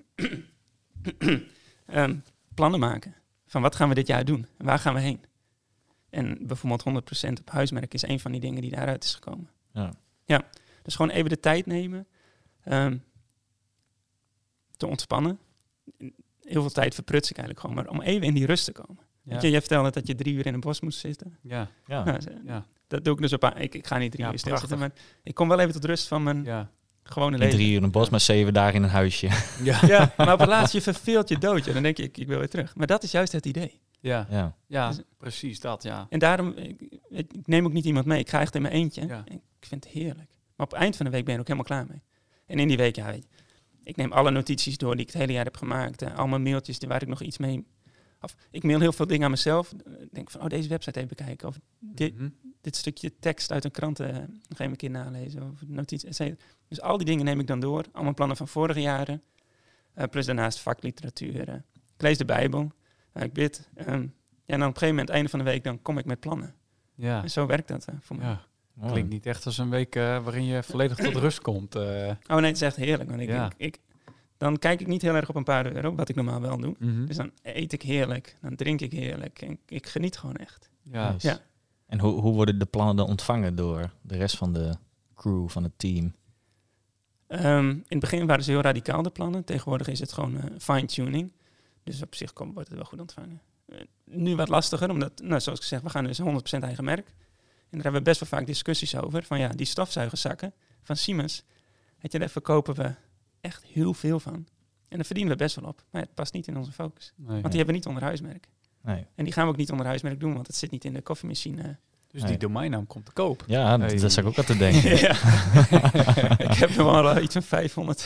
um, plannen maken. Van wat gaan we dit jaar doen? En waar gaan we heen? En bijvoorbeeld honderd procent op huismerk is een van die dingen die daaruit is gekomen. Ja. Ja, dus gewoon even de tijd nemen um, te ontspannen. Heel veel tijd verpruts ik eigenlijk gewoon, maar om even in die rust te komen. Ja. Weet je, jij vertelde dat je drie uur in een bos moest zitten. Ja. Ja. Nou, z- Ja. dat doe ik dus op. a- Ik, ik ga niet drie Ja, uur stilzitten, maar prachtig. ik kom wel even tot rust van mijn Ja. gewone In leven. drie uur in een bos, maar zeven dagen in een huisje. Ja. Ja, maar op het laatst je verveelt je doodje. Dan denk je, ik, ik wil weer terug. Maar dat is juist het idee. Ja. Ja. Ja, Dus- precies dat, ja. En daarom, ik, ik ik neem ook niet iemand mee. Ik ga echt in mijn eentje. Ja. En ik vind het heerlijk. Maar op het eind van de week ben je er ook helemaal klaar mee. En in die week, ja, weet je, ik neem alle notities door die ik het hele jaar heb gemaakt. Uh, al mijn mailtjes die waar ik nog iets mee... Of, ik mail heel veel dingen aan mezelf. Ik denk van, oh, deze website even bekijken. Of dit, Mhm. dit stukje tekst uit een krant uh, nog even een keer nalezen. Of notities, et cetera. Dus al die dingen neem ik dan door. Al mijn plannen van vorige jaren. Uh, plus daarnaast vakliteratuur. Uh, ik lees de Bijbel. Uh, ik bid. Um, ja, en dan op een gegeven moment, einde van de week, dan kom ik met plannen. Ja. En zo werkt dat uh, voor mij. Ja. Mooi. Klinkt niet echt als een week uh, waarin je volledig tot rust komt. Uh. Oh nee, het is echt heerlijk. Want ik, Ja. ik, ik, dan kijk ik niet heel erg op een paar euro, wat ik normaal wel doe. Mhm. Dus dan eet ik heerlijk. Dan drink ik heerlijk. En ik, ik geniet gewoon echt. Ja. Nice. Ja. En hoe, hoe worden de plannen dan ontvangen door de rest van de crew, van het team? Um, in het begin waren ze heel radicaal, de plannen. Tegenwoordig is het gewoon uh, fine-tuning. Dus op zich komt, wordt het wel goed ontvangen. Uh, nu wat lastiger, omdat, nou, zoals ik zeg, we gaan dus honderd procent eigen merk. En daar hebben we best wel vaak discussies over. Van ja, die stofzuigerzakken van Siemens, weet je, daar verkopen we echt heel veel van. En daar verdienen we best wel op. Maar het past niet in onze focus. Nee. Want die hebben we niet onder huismerk. Nee. En die gaan we ook niet onder huismerk doen, want het zit niet in de koffiemachine. Dus Nee. die domeinnaam komt te koop. Ja, dat, Hey. dat zou ik ook aan te denken. Ja. Ik heb nog wel uh, iets van vijfhonderd.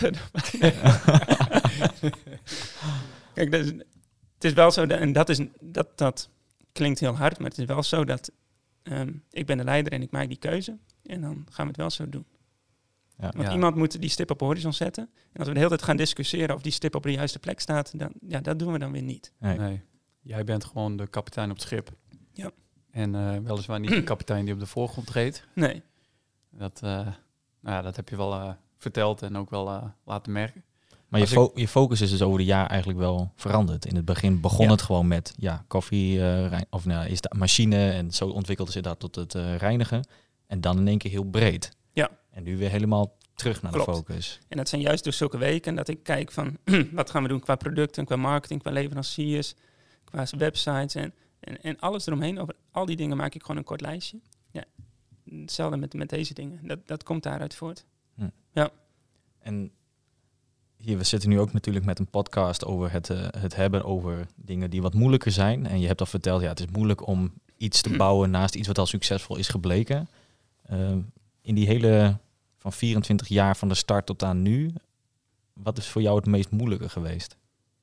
Kijk, dat is, het is wel zo, dat, en dat, is, dat, dat klinkt heel hard, maar het is wel zo dat um, ik ben de leider en ik maak die keuze. En dan gaan we het wel zo doen. Ja. Want Ja. iemand moet die stip op de horizon zetten. En als we de hele tijd gaan discussiëren of die stip op de juiste plek staat, dan, ja, dat doen we dan weer niet. Nee. Nee. Jij bent gewoon de kapitein op het schip. Ja. En uh, weliswaar niet de kapitein die op de voorgrond treedt. Nee. Dat, uh, nou ja, dat heb je wel uh, verteld en ook wel uh, laten merken. Maar je, Als ik- fo- je focus is dus over de jaar eigenlijk wel veranderd. In het begin begon Ja. het gewoon met ja, koffie, uh, rein- of nou, is de machine en zo ontwikkelde zich dat tot het uh, reinigen. En dan in één keer heel breed. Ja. En nu weer helemaal terug naar Klopt. de focus. En dat zijn juist door zulke weken dat ik kijk van wat gaan we doen qua producten, qua marketing, qua leveranciers, qua websites en, en, en alles eromheen. Over al die dingen maak ik gewoon een kort lijstje. Ja, hetzelfde met, met deze dingen. Dat, dat komt daaruit voort. En hier, we zitten nu ook natuurlijk met een podcast over het, uh, het hebben over dingen die wat moeilijker zijn. En je hebt al verteld, ja, het is moeilijk om iets te bouwen naast iets wat al succesvol is gebleken. Uh, in die hele van vierentwintig jaar van de start tot aan nu, wat is voor jou het meest moeilijke geweest?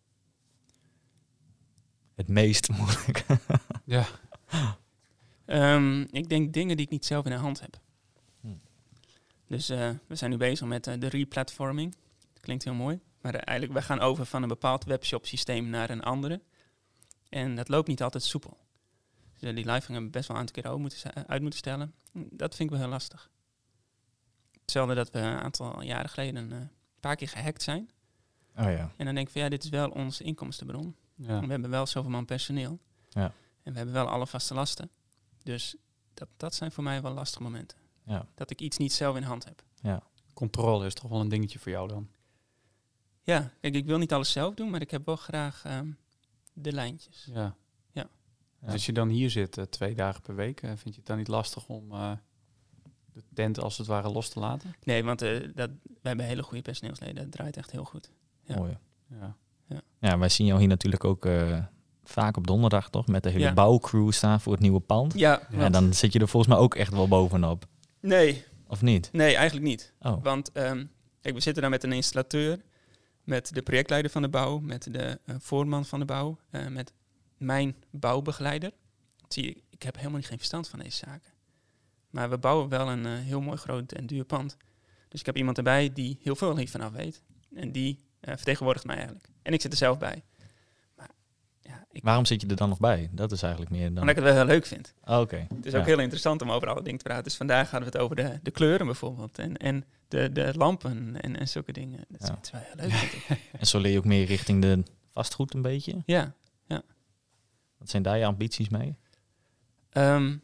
Het meest moeilijke? Ja. Um, ik denk dingen die ik niet zelf in de hand heb. Hm. Dus uh, we zijn nu bezig met uh, de replatforming. Dat klinkt heel mooi. Maar eigenlijk, wij gaan over van een bepaald webshop systeem naar een andere. En dat loopt niet altijd soepel. Dus die living hebben we best wel een aantal keer uit moeten, uit moeten stellen. Dat vind ik wel heel lastig. Hetzelfde dat we een aantal jaren geleden uh, een paar keer gehackt zijn. Oh ja. En dan denk ik van ja, dit is wel onze inkomstenbron. Ja. We hebben wel zoveel man personeel. Ja. En we hebben wel alle vaste lasten. Dus dat, dat zijn voor mij wel lastige momenten. Ja. Dat ik iets niet zelf in hand heb. Ja. Controle is toch wel een dingetje voor jou dan? Ja, kijk, ik wil niet alles zelf doen, maar ik heb wel graag um, de lijntjes. Ja. Ja. Dus als je dan hier zit uh, twee dagen per week, uh, vind je het dan niet lastig om uh, de tent als het ware los te laten? Nee, want uh, dat, we hebben hele goede personeelsleden. Dat draait echt heel goed. Ja. Mooi. Ja. Ja. Ja, wij zien jou hier natuurlijk ook uh, vaak op donderdag, toch? Met de hele Ja. bouwcrew staan voor het nieuwe pand. Ja, Ja, dan zit je er volgens mij ook echt wel bovenop. Nee, Of niet? nee, eigenlijk niet. Oh. Want um, kijk, we zitten daar met een installateur, met de projectleider van de bouw, met de uh, voorman van de bouw, uh, met mijn bouwbegeleider. Zie je, ik heb helemaal geen verstand van deze zaken. Maar we bouwen wel een uh, heel mooi groot en duur pand. Dus ik heb iemand erbij die heel veel hiervan af weet. En die uh, vertegenwoordigt mij eigenlijk. En ik zit er zelf bij. Maar, ja, ik, Waarom zit je er dan nog bij? Dat is eigenlijk meer dan... omdat ik het wel heel leuk vind. Oh, oké. Het is Ja. ook heel interessant om over alle dingen te praten. Dus vandaag hadden we het over de, de kleuren bijvoorbeeld. En, en de, de lampen en, en zulke dingen. Dat is, Ja. het is wel heel leuk, vind ik. En zo leer je ook meer richting de vastgoed een beetje. Ja. Wat zijn daar je ambities mee? Um,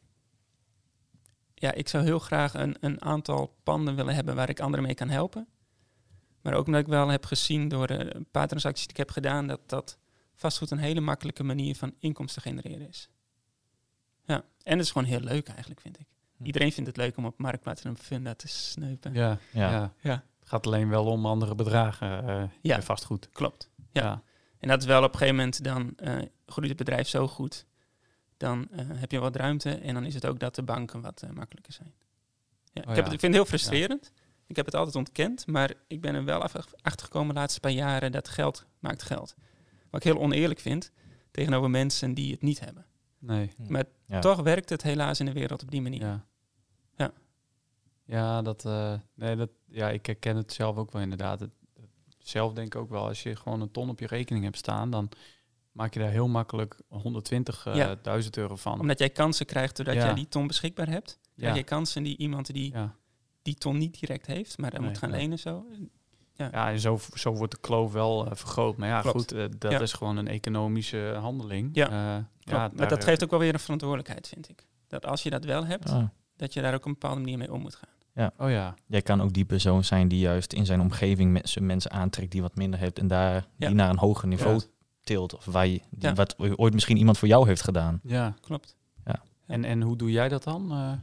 ja, ik zou heel graag een, een aantal panden willen hebben waar ik anderen mee kan helpen. Maar ook omdat ik wel heb gezien door uh, een paar transacties die ik heb gedaan, dat, dat vastgoed een hele makkelijke manier van inkomsten genereren is. Ja, en het is gewoon heel leuk eigenlijk, vind ik. Hm. Iedereen vindt het leuk om op Marktplaats een funda te sneupen. Ja. Ja. Ja. Ja. Het gaat alleen wel om andere bedragen uh, Ja. bij vastgoed. Klopt. Ja. Ja. En dat is wel op een gegeven moment, dan uh, groeit het bedrijf zo goed. Dan uh, heb je wat ruimte en dan is het ook dat de banken wat uh, makkelijker zijn. Ja, Oh, ik, heb ja. het, ik vind het heel frustrerend. Ja. Ik heb het altijd ontkend, maar ik ben er wel achter gekomen de laatste paar jaren dat geld maakt geld. Wat ik heel oneerlijk vind tegenover mensen die het niet hebben. Nee. Maar Ja. toch werkt het helaas in de wereld op die manier. Ja. Ja. Ja, dat, uh, nee, dat, ja, ik herken het zelf ook wel inderdaad. Het, het, zelf denk ik ook wel, als je gewoon een ton op je rekening hebt staan, dan maak je daar heel makkelijk honderdtwintigduizend uh, Ja. euro van. Omdat jij kansen krijgt doordat Ja. jij die ton beschikbaar hebt. Ja. Krijg je kansen die iemand die Ja. die ton niet direct heeft, maar dan Nee, moet gaan ja. lenen zo. Ja, en zo, zo wordt de kloof wel uh, vergroot. Maar ja, Klopt. goed, uh, dat Ja. is gewoon een economische handeling. Ja. Uh, Ja, ja, maar daar- dat geeft ook wel weer een verantwoordelijkheid, vind ik. Dat als je dat wel hebt, Ah. dat je daar ook op een bepaalde manier mee om moet gaan. Oh ja, Jij kan ook die persoon zijn die juist in zijn omgeving mensen, mensen aantrekt die wat minder heeft en daar Ja. die naar een hoger niveau Ja. tilt. Of waar je, die, Ja. wat ooit misschien iemand voor jou heeft gedaan. ja. Klopt. En, en hoe doe jij dat dan? Uh,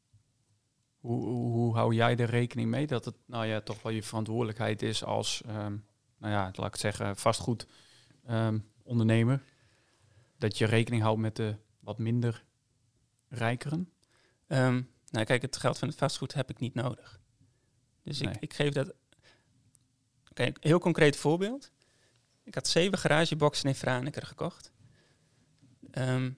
hoe, hoe, hoe hou jij er rekening mee dat het nou ja, toch wel je verantwoordelijkheid is als, um, nou ja, laat ik het zeggen, vastgoed um, ondernemer? Dat je rekening houdt met de wat minder rijkeren? Um, nou, kijk, het geld van het vastgoed heb ik niet nodig. Dus Nee. ik, ik geef dat... Kijk, een heel concreet voorbeeld. Ik had zeven garageboxen in Franeker gekocht. Um,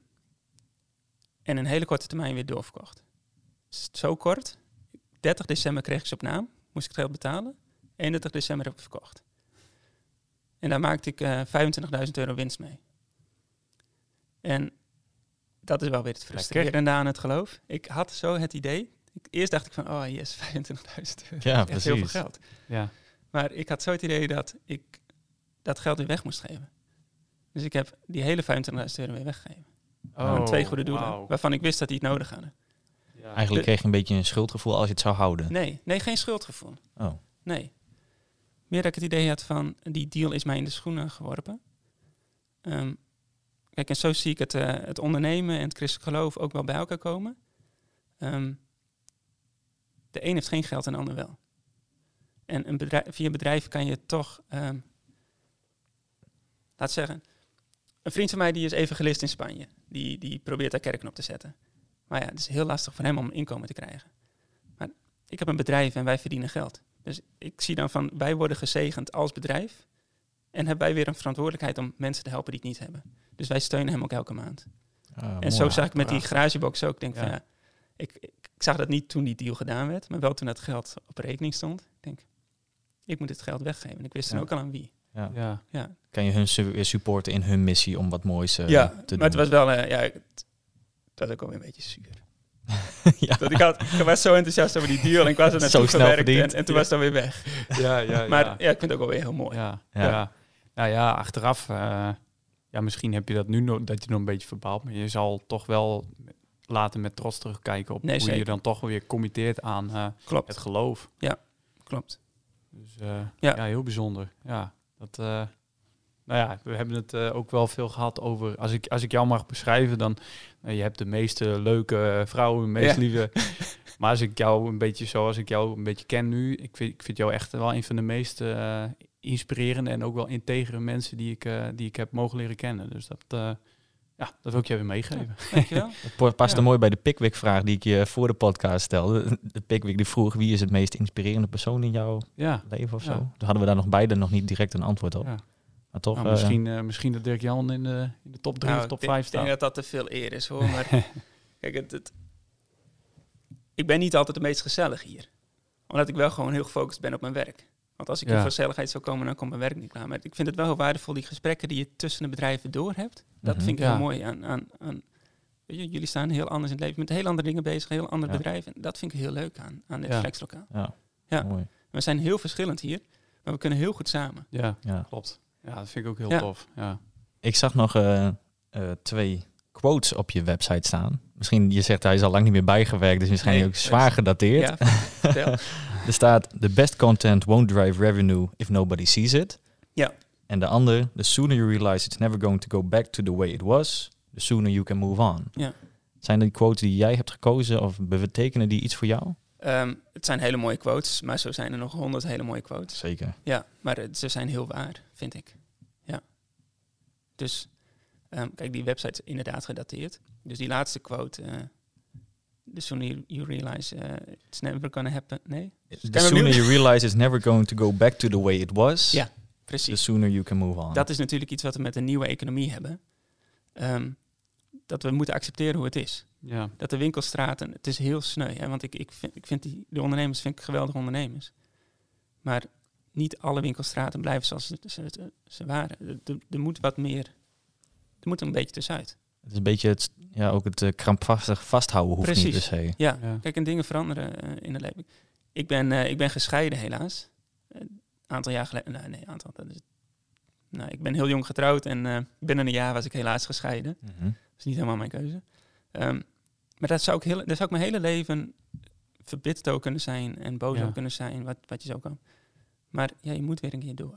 en in een hele korte termijn weer doorverkocht. Dus zo kort. dertig december kreeg ik ze op naam. Moest ik het geld betalen. eenendertig december heb ik het verkocht. En daar maakte ik uh, vijfentwintigduizend euro winst mee. En dat is wel weer het frustrerende aan het geloof. Ik had zo het idee. Ik, eerst dacht ik van, oh yes, vijfentwintigduizend euro. Ja, Dat is echt heel precies. veel geld. Ja. Maar ik had zo het idee dat ik dat geld weer weg moest geven. Dus ik heb die hele vijfentwintigduizend euro weer weggegeven. Aan twee goede doelen, wauw. waarvan ik wist dat die het nodig hadden. Ja. Eigenlijk De- kreeg je een beetje een schuldgevoel als je het zou houden. Nee, nee, geen schuldgevoel. Oh. Nee. Meer dat ik het idee had van, die deal is mij in de schoenen geworpen. Um, kijk, en zo zie ik het, uh, het ondernemen en het christelijk geloof ook wel bij elkaar komen. Um, de een heeft geen geld en de ander wel. En een bedrijf, via bedrijf kan je toch, um, laat zeggen, een vriend van mij die is evangelist in Spanje. Die, die probeert daar kerken op te zetten. Maar ja, het is heel lastig voor hem om inkomen te krijgen. Maar ik heb een bedrijf en wij verdienen geld. Dus ik zie dan van, wij worden gezegend als bedrijf. En hebben wij weer een verantwoordelijkheid om mensen te helpen die het niet hebben. Dus wij steunen hem ook elke maand. Ah, en mooi. zo zag ik met die prachtig. garagebox ook. Ik denk Ja. van ja, ik, ik, ik zag dat niet toen die deal gedaan werd. Maar wel toen dat geld op rekening stond. Ik denk, ik moet het geld weggeven. Ik wist Ja. dan ook al aan wie. Ja. Ja. Ja, Kan je hun su- weer supporten in hun missie om wat moois uh, ja te maar doen? het was wel, uh, ja, het, dat was ook alweer een beetje zuur. ja. Dat ik, had, ik was zo enthousiast over die deal en ik was er naartoe Zo snel gewerkt en, verdiend. en toen Ja. was het alweer weg. Ja, ja, Maar ja. ja, ik vind het ook wel weer heel mooi. Ja, Ja. ja. ja. Nou ja, achteraf, uh, ja, misschien heb je dat nu nog, dat je nog een beetje verbaalt, maar je zal toch wel later met trots terugkijken op Nee, hoe zeker. je dan toch weer committeert aan uh, Klopt, het geloof. klopt. Dus uh, Ja. ja. heel bijzonder. Ja, dat, uh, nou ja, we hebben het uh, ook wel veel gehad over, als ik, als ik jou mag beschrijven, dan, uh, je hebt de meeste leuke vrouwen, de meest Ja. lieve. Maar als ik jou een beetje, zoals ik jou een beetje ken nu, ik vind, ik vind jou echt wel een van de meest uh, inspirerende en ook wel integere mensen die ik, uh, die ik heb mogen leren kennen. Dus dat, uh, ja, dat wil ik je even meegeven. Ja, dankjewel. Het past Ja. er mooi bij de Pickwick-vraag die ik je voor de podcast stelde. De Pickwick die vroeg, wie is het meest inspirerende persoon in jouw Ja, leven of Ja. zo? Toen hadden we daar nog beide nog niet direct een antwoord op. ja. Maar toch... Nou, uh, misschien, uh, misschien dat Dirk Jan in de, in de top drie Nou, of top ik denk- vijf Ik denk staat. dat dat te veel eer is hoor. Maar kijk, het, het, ik ben niet altijd het meest gezellig hier. Omdat ik wel gewoon heel gefocust ben op mijn werk. Want als ik Ja. in voor gezelligheid zou komen, dan komt mijn werk niet klaar. Maar ik vind het wel heel waardevol, die gesprekken die je tussen de bedrijven door hebt. Dat Mhm. vind ik Ja. heel mooi aan... aan, aan weet je, jullie staan heel anders in het leven, met heel andere dingen bezig, heel andere Ja. bedrijven. En dat vind ik heel leuk aan, aan dit Ja. flexlokaal. ja, Ja. mooi. We zijn heel verschillend hier, maar we kunnen heel goed samen. Ja, Ja. klopt. Ja, dat vind ik ook heel Ja. tof. Ja. Ik zag nog uh, uh, twee quotes op je website staan. Misschien, je zegt hij is al lang niet meer bijgewerkt, dus misschien Nee, ook zwaar gedateerd. Ja, vertel. Er staat, the best content won't drive revenue if nobody sees it. Ja. En de andere, the sooner you realize it's never going to go back to the way it was, the sooner you can move on. Ja. Zijn die quotes die jij hebt gekozen of betekenen die iets voor jou? Um, het zijn hele mooie quotes, maar zo zijn er nog honderd hele mooie quotes. Zeker. Ja, maar het, ze zijn heel waar, vind ik. Ja. Dus, um, kijk, die website is inderdaad gedateerd. Dus die laatste quote, uh, the sooner you, you realize uh, it's never gonna happen. Nee? The Ken je sooner hem you realize it's never going to go back to the way it was, Ja, the precies. sooner you can move on. Dat is natuurlijk iets wat we met een nieuwe economie hebben. Um, dat we moeten accepteren hoe het is. Ja. Dat de winkelstraten, het is heel sneu. Hè? Want ik, ik vind, ik vind die, de ondernemers vind ik geweldige ondernemers. Maar niet alle winkelstraten blijven zoals ze, ze, ze waren. Er, er moet wat meer, er moet een beetje tussenuit. Het is een beetje het, ja, ook het uh, krampvastig vasthouden hoeft Precies. niet per se. Ja, Ja. kijk, en dingen veranderen uh, in het leven. Ik ben, uh, ik ben gescheiden helaas. Een uh, aantal jaar geleden, nou, nee, aantal, dat is, nou, ik ben heel jong getrouwd en uh, binnen een jaar was ik helaas gescheiden. Mm-hmm. Dat is niet helemaal mijn keuze. Um, maar dat zou, ik heel, dat zou ik mijn hele leven verbitterd ook kunnen zijn en boos Ja. ook kunnen zijn, wat, wat je zo kan. Maar ja, je moet weer een keer door.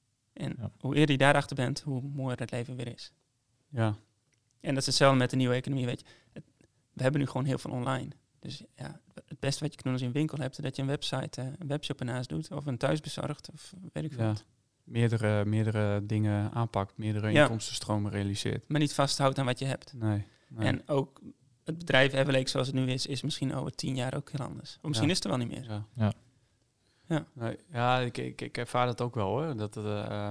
En Ja. hoe eerder je daarachter bent, hoe mooier het leven weer is. Ja. En dat is hetzelfde met de nieuwe economie, weet je. Het, we hebben nu gewoon heel veel online. Dus ja, het beste wat je kan doen als je een winkel hebt, is dat je een website, uh, een webshop ernaast doet, of een thuisbezorgd, of weet ik veel Ja. wat. Meerdere, meerdere dingen aanpakt, meerdere Ja. inkomstenstromen realiseert. Maar niet vasthoudt aan wat je hebt. Nee. nee. En ook het bedrijf Everlake zoals het nu is, is misschien over tien jaar ook heel anders. Of misschien Ja. is het er wel niet meer. Ja. Ja. Ja. Nee, ja, ik, ik, ik ervaar dat ook wel hoor. Dat het, uh,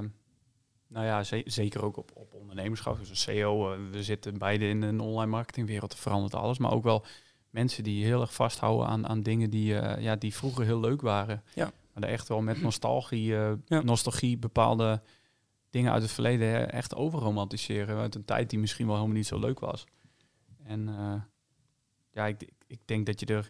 nou ja, ze- zeker ook op, op ondernemerschap. Dus een C E O, uh, we zitten beide in een online marketingwereld, er verandert alles. Maar ook wel mensen die heel erg vasthouden aan, aan dingen die, uh, ja, die vroeger heel leuk waren. Ja. Maar er echt wel met nostalgie, uh, Ja. nostalgie bepaalde dingen uit het verleden hè, echt overromantiseren. Uit een tijd die misschien wel helemaal niet zo leuk was. En uh, ja, ik, ik denk dat je er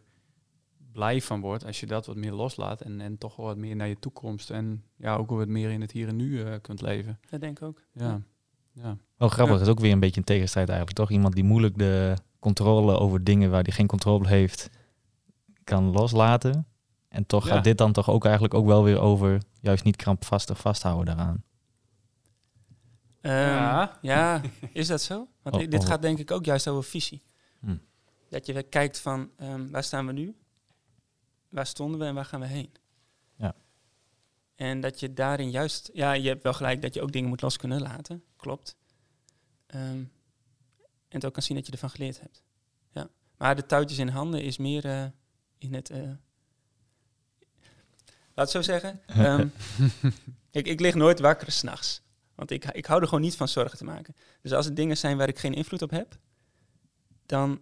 blij van wordt als je dat wat meer loslaat en, en toch wel wat meer naar je toekomst en ja, ook wel wat meer in het hier en nu uh, kunt leven. Dat denk ik ook. Ja, ja. Wel grappig, Ja. dat is ook weer een beetje een tegenstrijd eigenlijk. Toch iemand die moeilijk de controle over dingen waar die geen controle heeft, kan loslaten. En toch Ja. gaat dit dan toch ook eigenlijk ook wel weer over juist niet krampvastig vasthouden daaraan. Um, Ja. ja. is dat zo? Want Oh, dit- dit oh. gaat denk ik ook juist over visie. Hm. Dat je weer kijkt van, um, waar staan we nu? Waar stonden we en waar gaan we heen? Ja. En dat je daarin juist... Ja, je hebt wel gelijk dat je ook dingen moet los kunnen laten. Klopt. Um, en het ook kan zien dat je ervan geleerd hebt. Ja. Maar de touwtjes in handen is meer uh, in het... Uh, laat het zo zeggen. Um, ik, ik lig nooit wakker 's nachts. Want ik, ik hou er gewoon niet van zorgen te maken. Dus als er dingen zijn waar ik geen invloed op heb, dan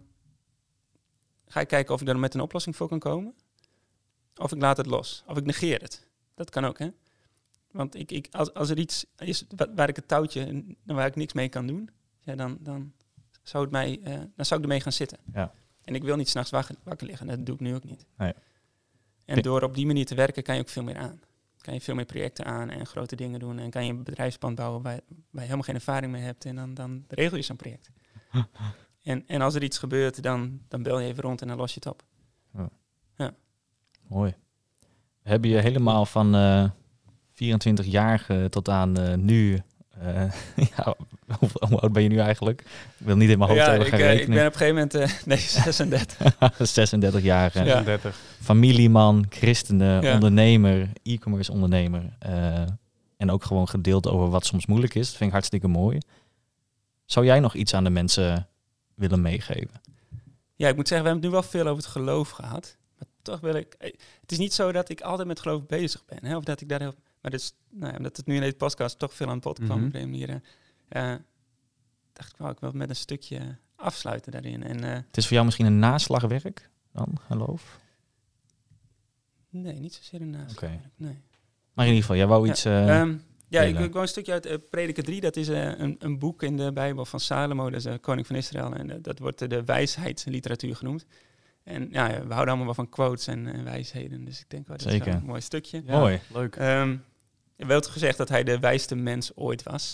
ga ik kijken of ik er met een oplossing voor kan komen. Of ik laat het los. Of ik negeer het. Dat Dat kan ook, hè? Want ik, ik, als, als er iets is waar ik het touwtje, waar ik niks mee kan doen, ja, dan, dan, zou het mij, uh, dan zou ik ermee gaan zitten. Ja. En ik wil niet 's nachts wakker, wakker liggen. Dat doe ik nu ook niet. Nee. En door op die manier te werken, kan je ook veel meer aan. Kan je veel meer projecten aan en grote dingen doen. En kan je een bedrijfspand bouwen waar, waar je helemaal geen ervaring mee hebt. En dan, dan regel je zo'n project. en, en als er iets gebeurt, dan, dan bel je even rond en dan los je het op. Ja. Ja. Mooi. We hebben je helemaal van uh, vierentwintigjarige tot aan uh, nu... Uh, ja, hoe, hoe oud ben je nu eigenlijk? Ik wil niet in mijn hoofd ja, hebben ik, gaan uh, rekenen. ik ben op een gegeven moment... Uh, nee, zesendertig. zesendertig-jarige. Ja. zesendertig. Familieman, christenen, Ja. ondernemer, e-commerce ondernemer. Uh, en ook gewoon gedeeld over wat soms moeilijk is. Dat vind ik hartstikke mooi. Zou jij nog iets aan de mensen willen meegeven? Ja, ik moet zeggen, we hebben het nu wel veel over het geloof gehad. Maar toch wil ik... Het is niet zo dat ik altijd met geloof bezig ben. Hè, of dat ik daar heel... Maar dus, nou ja, omdat het nu in deze podcast toch veel aan het bod kwam, Mm-hmm. op een manier, uh, dacht ik wel, ik wil met een stukje afsluiten daarin. En, uh, Het is voor jou misschien een naslagwerk dan, geloof? nee, niet zozeer een naast. Oké. Nee. Maar in ieder geval, jij wou Ja, iets... Uh, um, ja, ik, delen. ik wou een stukje uit uh, Prediker drie. Dat is uh, een, een boek in de Bijbel van Salomo, dat is de koning van Israël. En uh, dat wordt uh, de wijsheidsliteratuur genoemd. En ja, ja, we houden allemaal wel van quotes en uh, wijsheden. Dus ik denk, oh, dat Zeker. is wel een mooi stukje. Ja, Mooi. Leuk. Um, er werd gezegd dat hij de wijste mens ooit was.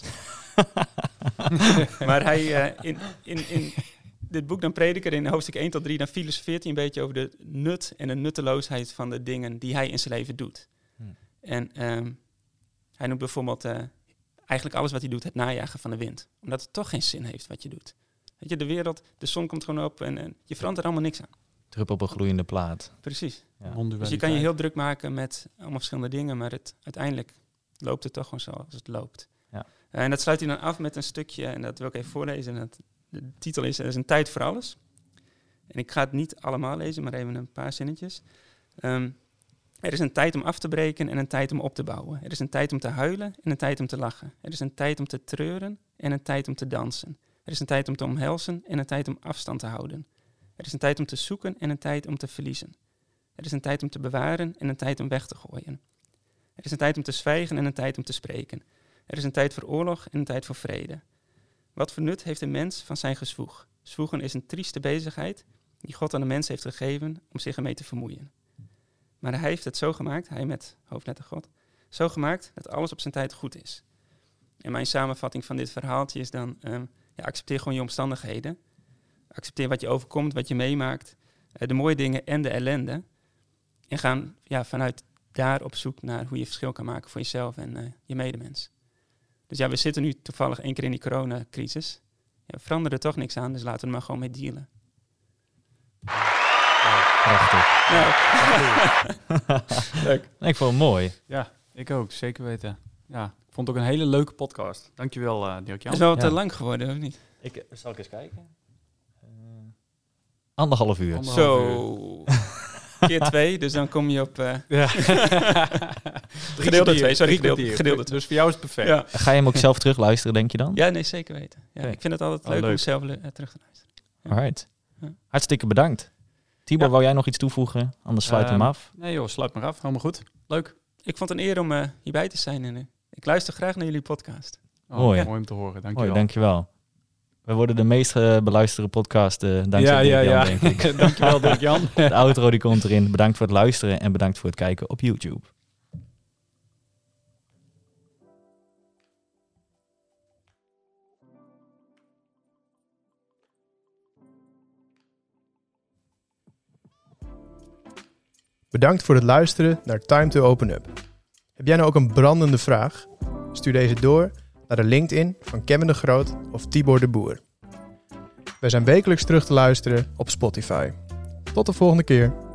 Maar hij, uh, in, in, in dit boek dan Prediker, in hoofdstuk één tot drie, dan filosofeert hij een beetje over de nut en de nutteloosheid van de dingen die hij in zijn leven doet. Hmm. En um, hij noemt bijvoorbeeld uh, eigenlijk alles wat hij doet het najagen van de wind. Omdat het toch geen zin heeft wat je doet. Weet je, de wereld, de zon komt gewoon op en, en je verandert er allemaal niks aan. Drup op een gloeiende plaat. Precies. Ja. Dus je kan je heel druk maken met allemaal verschillende dingen, maar het, uiteindelijk loopt het toch gewoon zoals het loopt. Ja. Uh, en dat sluit hij dan af met een stukje, en dat wil ik even voorlezen. En dat, de titel is, er is een tijd voor alles. En ik ga het niet allemaal lezen, maar even een paar zinnetjes. Um, er is een tijd om af te breken en een tijd om op te bouwen. Er is een tijd om te huilen en een tijd om te lachen. Er is een tijd om te treuren en een tijd om te dansen. Er is een tijd om te omhelzen en een tijd om afstand te houden. Er is een tijd om te zoeken en een tijd om te verliezen. Er is een tijd om te bewaren en een tijd om weg te gooien. Er is een tijd om te zwijgen en een tijd om te spreken. Er is een tijd voor oorlog en een tijd voor vrede. Wat voor nut heeft een mens van zijn gezwoeg? Zwoegen is een trieste bezigheid die God aan de mens heeft gegeven om zich ermee te vermoeien. Maar hij heeft het zo gemaakt, hij met hoofdletter God, zo gemaakt dat alles op zijn tijd goed is. En mijn samenvatting van dit verhaaltje is dan, um, ja, accepteer gewoon je omstandigheden. Accepteer wat je overkomt, wat je meemaakt, uh, de mooie dingen en de ellende. En ga ja, vanuit daar op zoek naar hoe je verschil kan maken voor jezelf en uh, je medemens. Dus ja, we zitten nu toevallig één keer in die coronacrisis. Ja, we veranderen er toch niks aan, dus laten we er maar gewoon mee dealen. Prachtig. Nou, leuk. Nee, ik vond het mooi. Ja, ik ook. Zeker weten. Ja, ik vond het ook een hele leuke podcast. Dankjewel, uh, Dirk-Jan. Is wel te Ja. lang geworden, of niet? Ik, zal ik eens kijken? Uh, anderhalf uur. Anderhalf Zo. Keer twee, dus dan kom je op... Uh, Ja. gedeelde twee, sorry, Drie gedeelde, kwartier. gedeelde twee. Dus voor jou is het perfect. Ja. Ga je hem ook zelf terugluisteren, denk je dan? ja, nee, zeker weten. Ja, Oké. Ik vind het altijd Oh, leuk, leuk. om zelf uh, terug te luisteren. Ja. Alright. Ja. Hartstikke bedankt. Tibor, Ja. wou jij nog iets toevoegen? Anders sluit Ehm, hem af. Nee joh, sluit maar af. Helemaal goed. Leuk. Ik vond het een eer om uh, hierbij te zijn. En, uh, ik luister graag naar jullie podcast. Oh, Mooi. Mooi om te horen. Dankjewel. Mooi, dankjewel. We worden de meest uh, beluisterde podcast uh, dankzij ja, ja, Dirk-Jan, ja. denk ik. Dankjewel, Dirk-Jan. De outro die komt erin. Bedankt voor het luisteren en bedankt voor het kijken op YouTube. Bedankt voor het luisteren naar Time to Open Up. Heb jij nou ook een brandende vraag? Stuur deze door naar de LinkedIn van Kevin de Groot of Tibor de Boer. Wij zijn wekelijks terug te luisteren op Spotify. Tot de volgende keer.